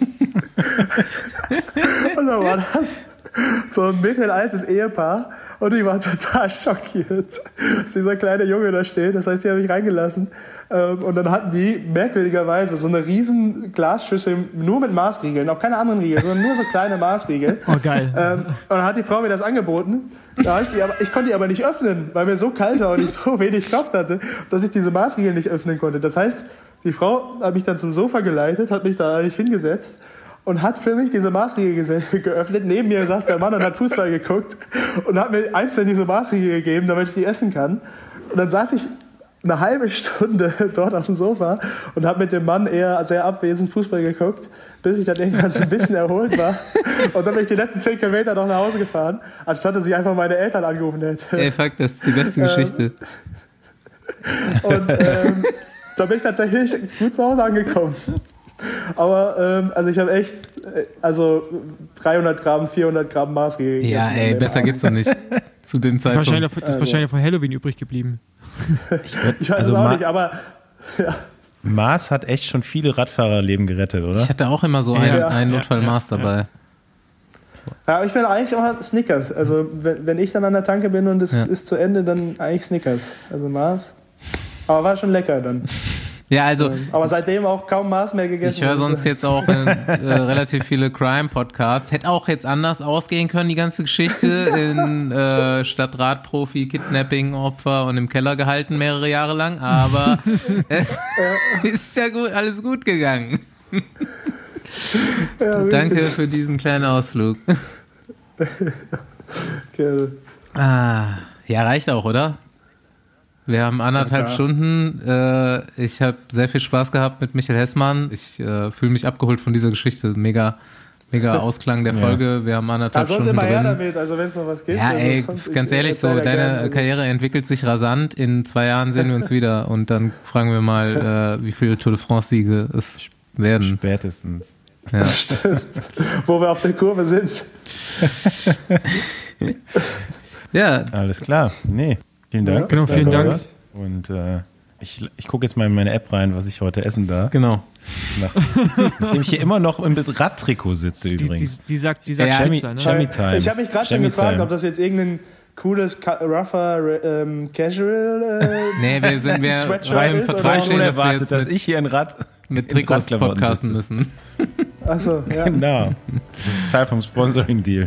Und dann war das so ein mittelaltes Ehepaar und ich war total schockiert, dass dieser kleine Junge da steht. Das heißt, die habe ich reingelassen und dann hatten die merkwürdigerweise so eine riesen Glasschüssel nur mit Maßriegeln, auch keine anderen Riegel, sondern nur so kleine Maßriegel. Oh, geil. Und dann hat die Frau mir das angeboten. Ich konnte die aber nicht öffnen, weil mir so kalt war und ich so wenig Kraft hatte, dass ich diese Maßriegel nicht öffnen konnte. Das heißt, die Frau hat mich dann zum Sofa geleitet, hat mich da eigentlich hingesetzt und hat für mich diese Maßriegel geöffnet. Neben mir saß der Mann und hat Fußball geguckt und hat mir einzeln diese Maßriegel gegeben, damit ich die essen kann. Und dann saß ich eine halbe Stunde dort auf dem Sofa und habe mit dem Mann eher sehr abwesend Fußball geguckt, bis ich dann irgendwann so ein bisschen erholt war. Und dann bin ich die letzten 10 Kilometer noch nach Hause gefahren, anstatt dass ich einfach meine Eltern angerufen hätte. Ey, fuck, das ist die beste Geschichte. Und da bin ich tatsächlich gut zu Hause angekommen. Aber also ich habe echt 300 Gramm, 400 Gramm Maßriegel gegessen. Ja, ey, besser geht's doch nicht. Zu dem Zeitpunkt. Das ist wahrscheinlich von Halloween übrig geblieben. Ich weiß es auch nicht, aber ja. Mars hat echt schon viele Radfahrerleben gerettet, oder? Ich hatte auch immer so einen Notfall-Mars dabei. Ja, ich bin eigentlich immer Snickers. Also wenn ich dann an der Tanke bin und es ist zu Ende, dann eigentlich Snickers. Also Mars. Aber war schon lecker dann. Ja, also. Aber seitdem auch kaum Mars mehr gegessen. Ich höre sonst jetzt auch relativ viele Crime-Podcasts. Hätte auch jetzt anders ausgehen können, die ganze Geschichte. In Stadtratprofi, Kidnapping-Opfer und im Keller gehalten mehrere Jahre lang. Aber es ist ja gut, alles gut gegangen. Ja, danke für diesen kleinen Ausflug. Okay. Ja, reicht auch, oder? Wir haben 1,5 Stunden. Ich habe sehr viel Spaß gehabt mit Michael Hessmann. Ich fühle mich abgeholt von dieser Geschichte. Mega Ausklang der Folge. Wir haben 1,5 Stunden immer drin. Her damit, also wenn es noch was gibt. Ja, ey, ganz ehrlich, so deine Karriere entwickelt sich rasant. In 2 Jahren sehen wir uns wieder und dann fragen wir mal, wie viele Tour de France-Siege es werden. Spätestens. Ja. Stimmt. Wo wir auf der Kurve sind. Ja. Alles klar. Nee. Vielen Dank. Genau, vielen Dank. Und ich gucke jetzt mal in meine App rein, was ich heute essen darf. Genau. Nachdem ich hier immer noch im Radtrikot sitze übrigens. Die sagt ja, Pizza, ne? Chami Time. Ich habe mich gerade schon gefragt, ob das jetzt irgendein cooles, rougher Casual nee, wir haben im Vertrag stehen, dass wir jetzt dass ich hier ein Rad mit Trikots podcasten müssen. Achso, ja. Genau. Das ist Teil vom Sponsoring-Deal.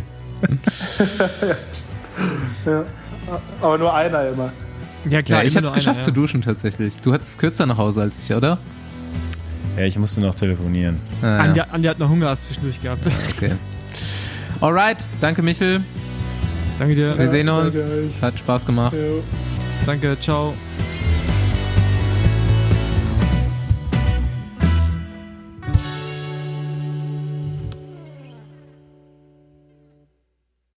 Ja. Aber nur einer immer. Ja, klar. Ja, ich habe es geschafft zu duschen tatsächlich. Du hattest kürzer nach Hause als ich, oder? Ja, ich musste noch telefonieren. Andi hat noch Hunger zwischendurch gehabt. Okay. Alright, danke Michel. Danke dir. Wir sehen uns. Hat Spaß gemacht. Jo. Danke, ciao.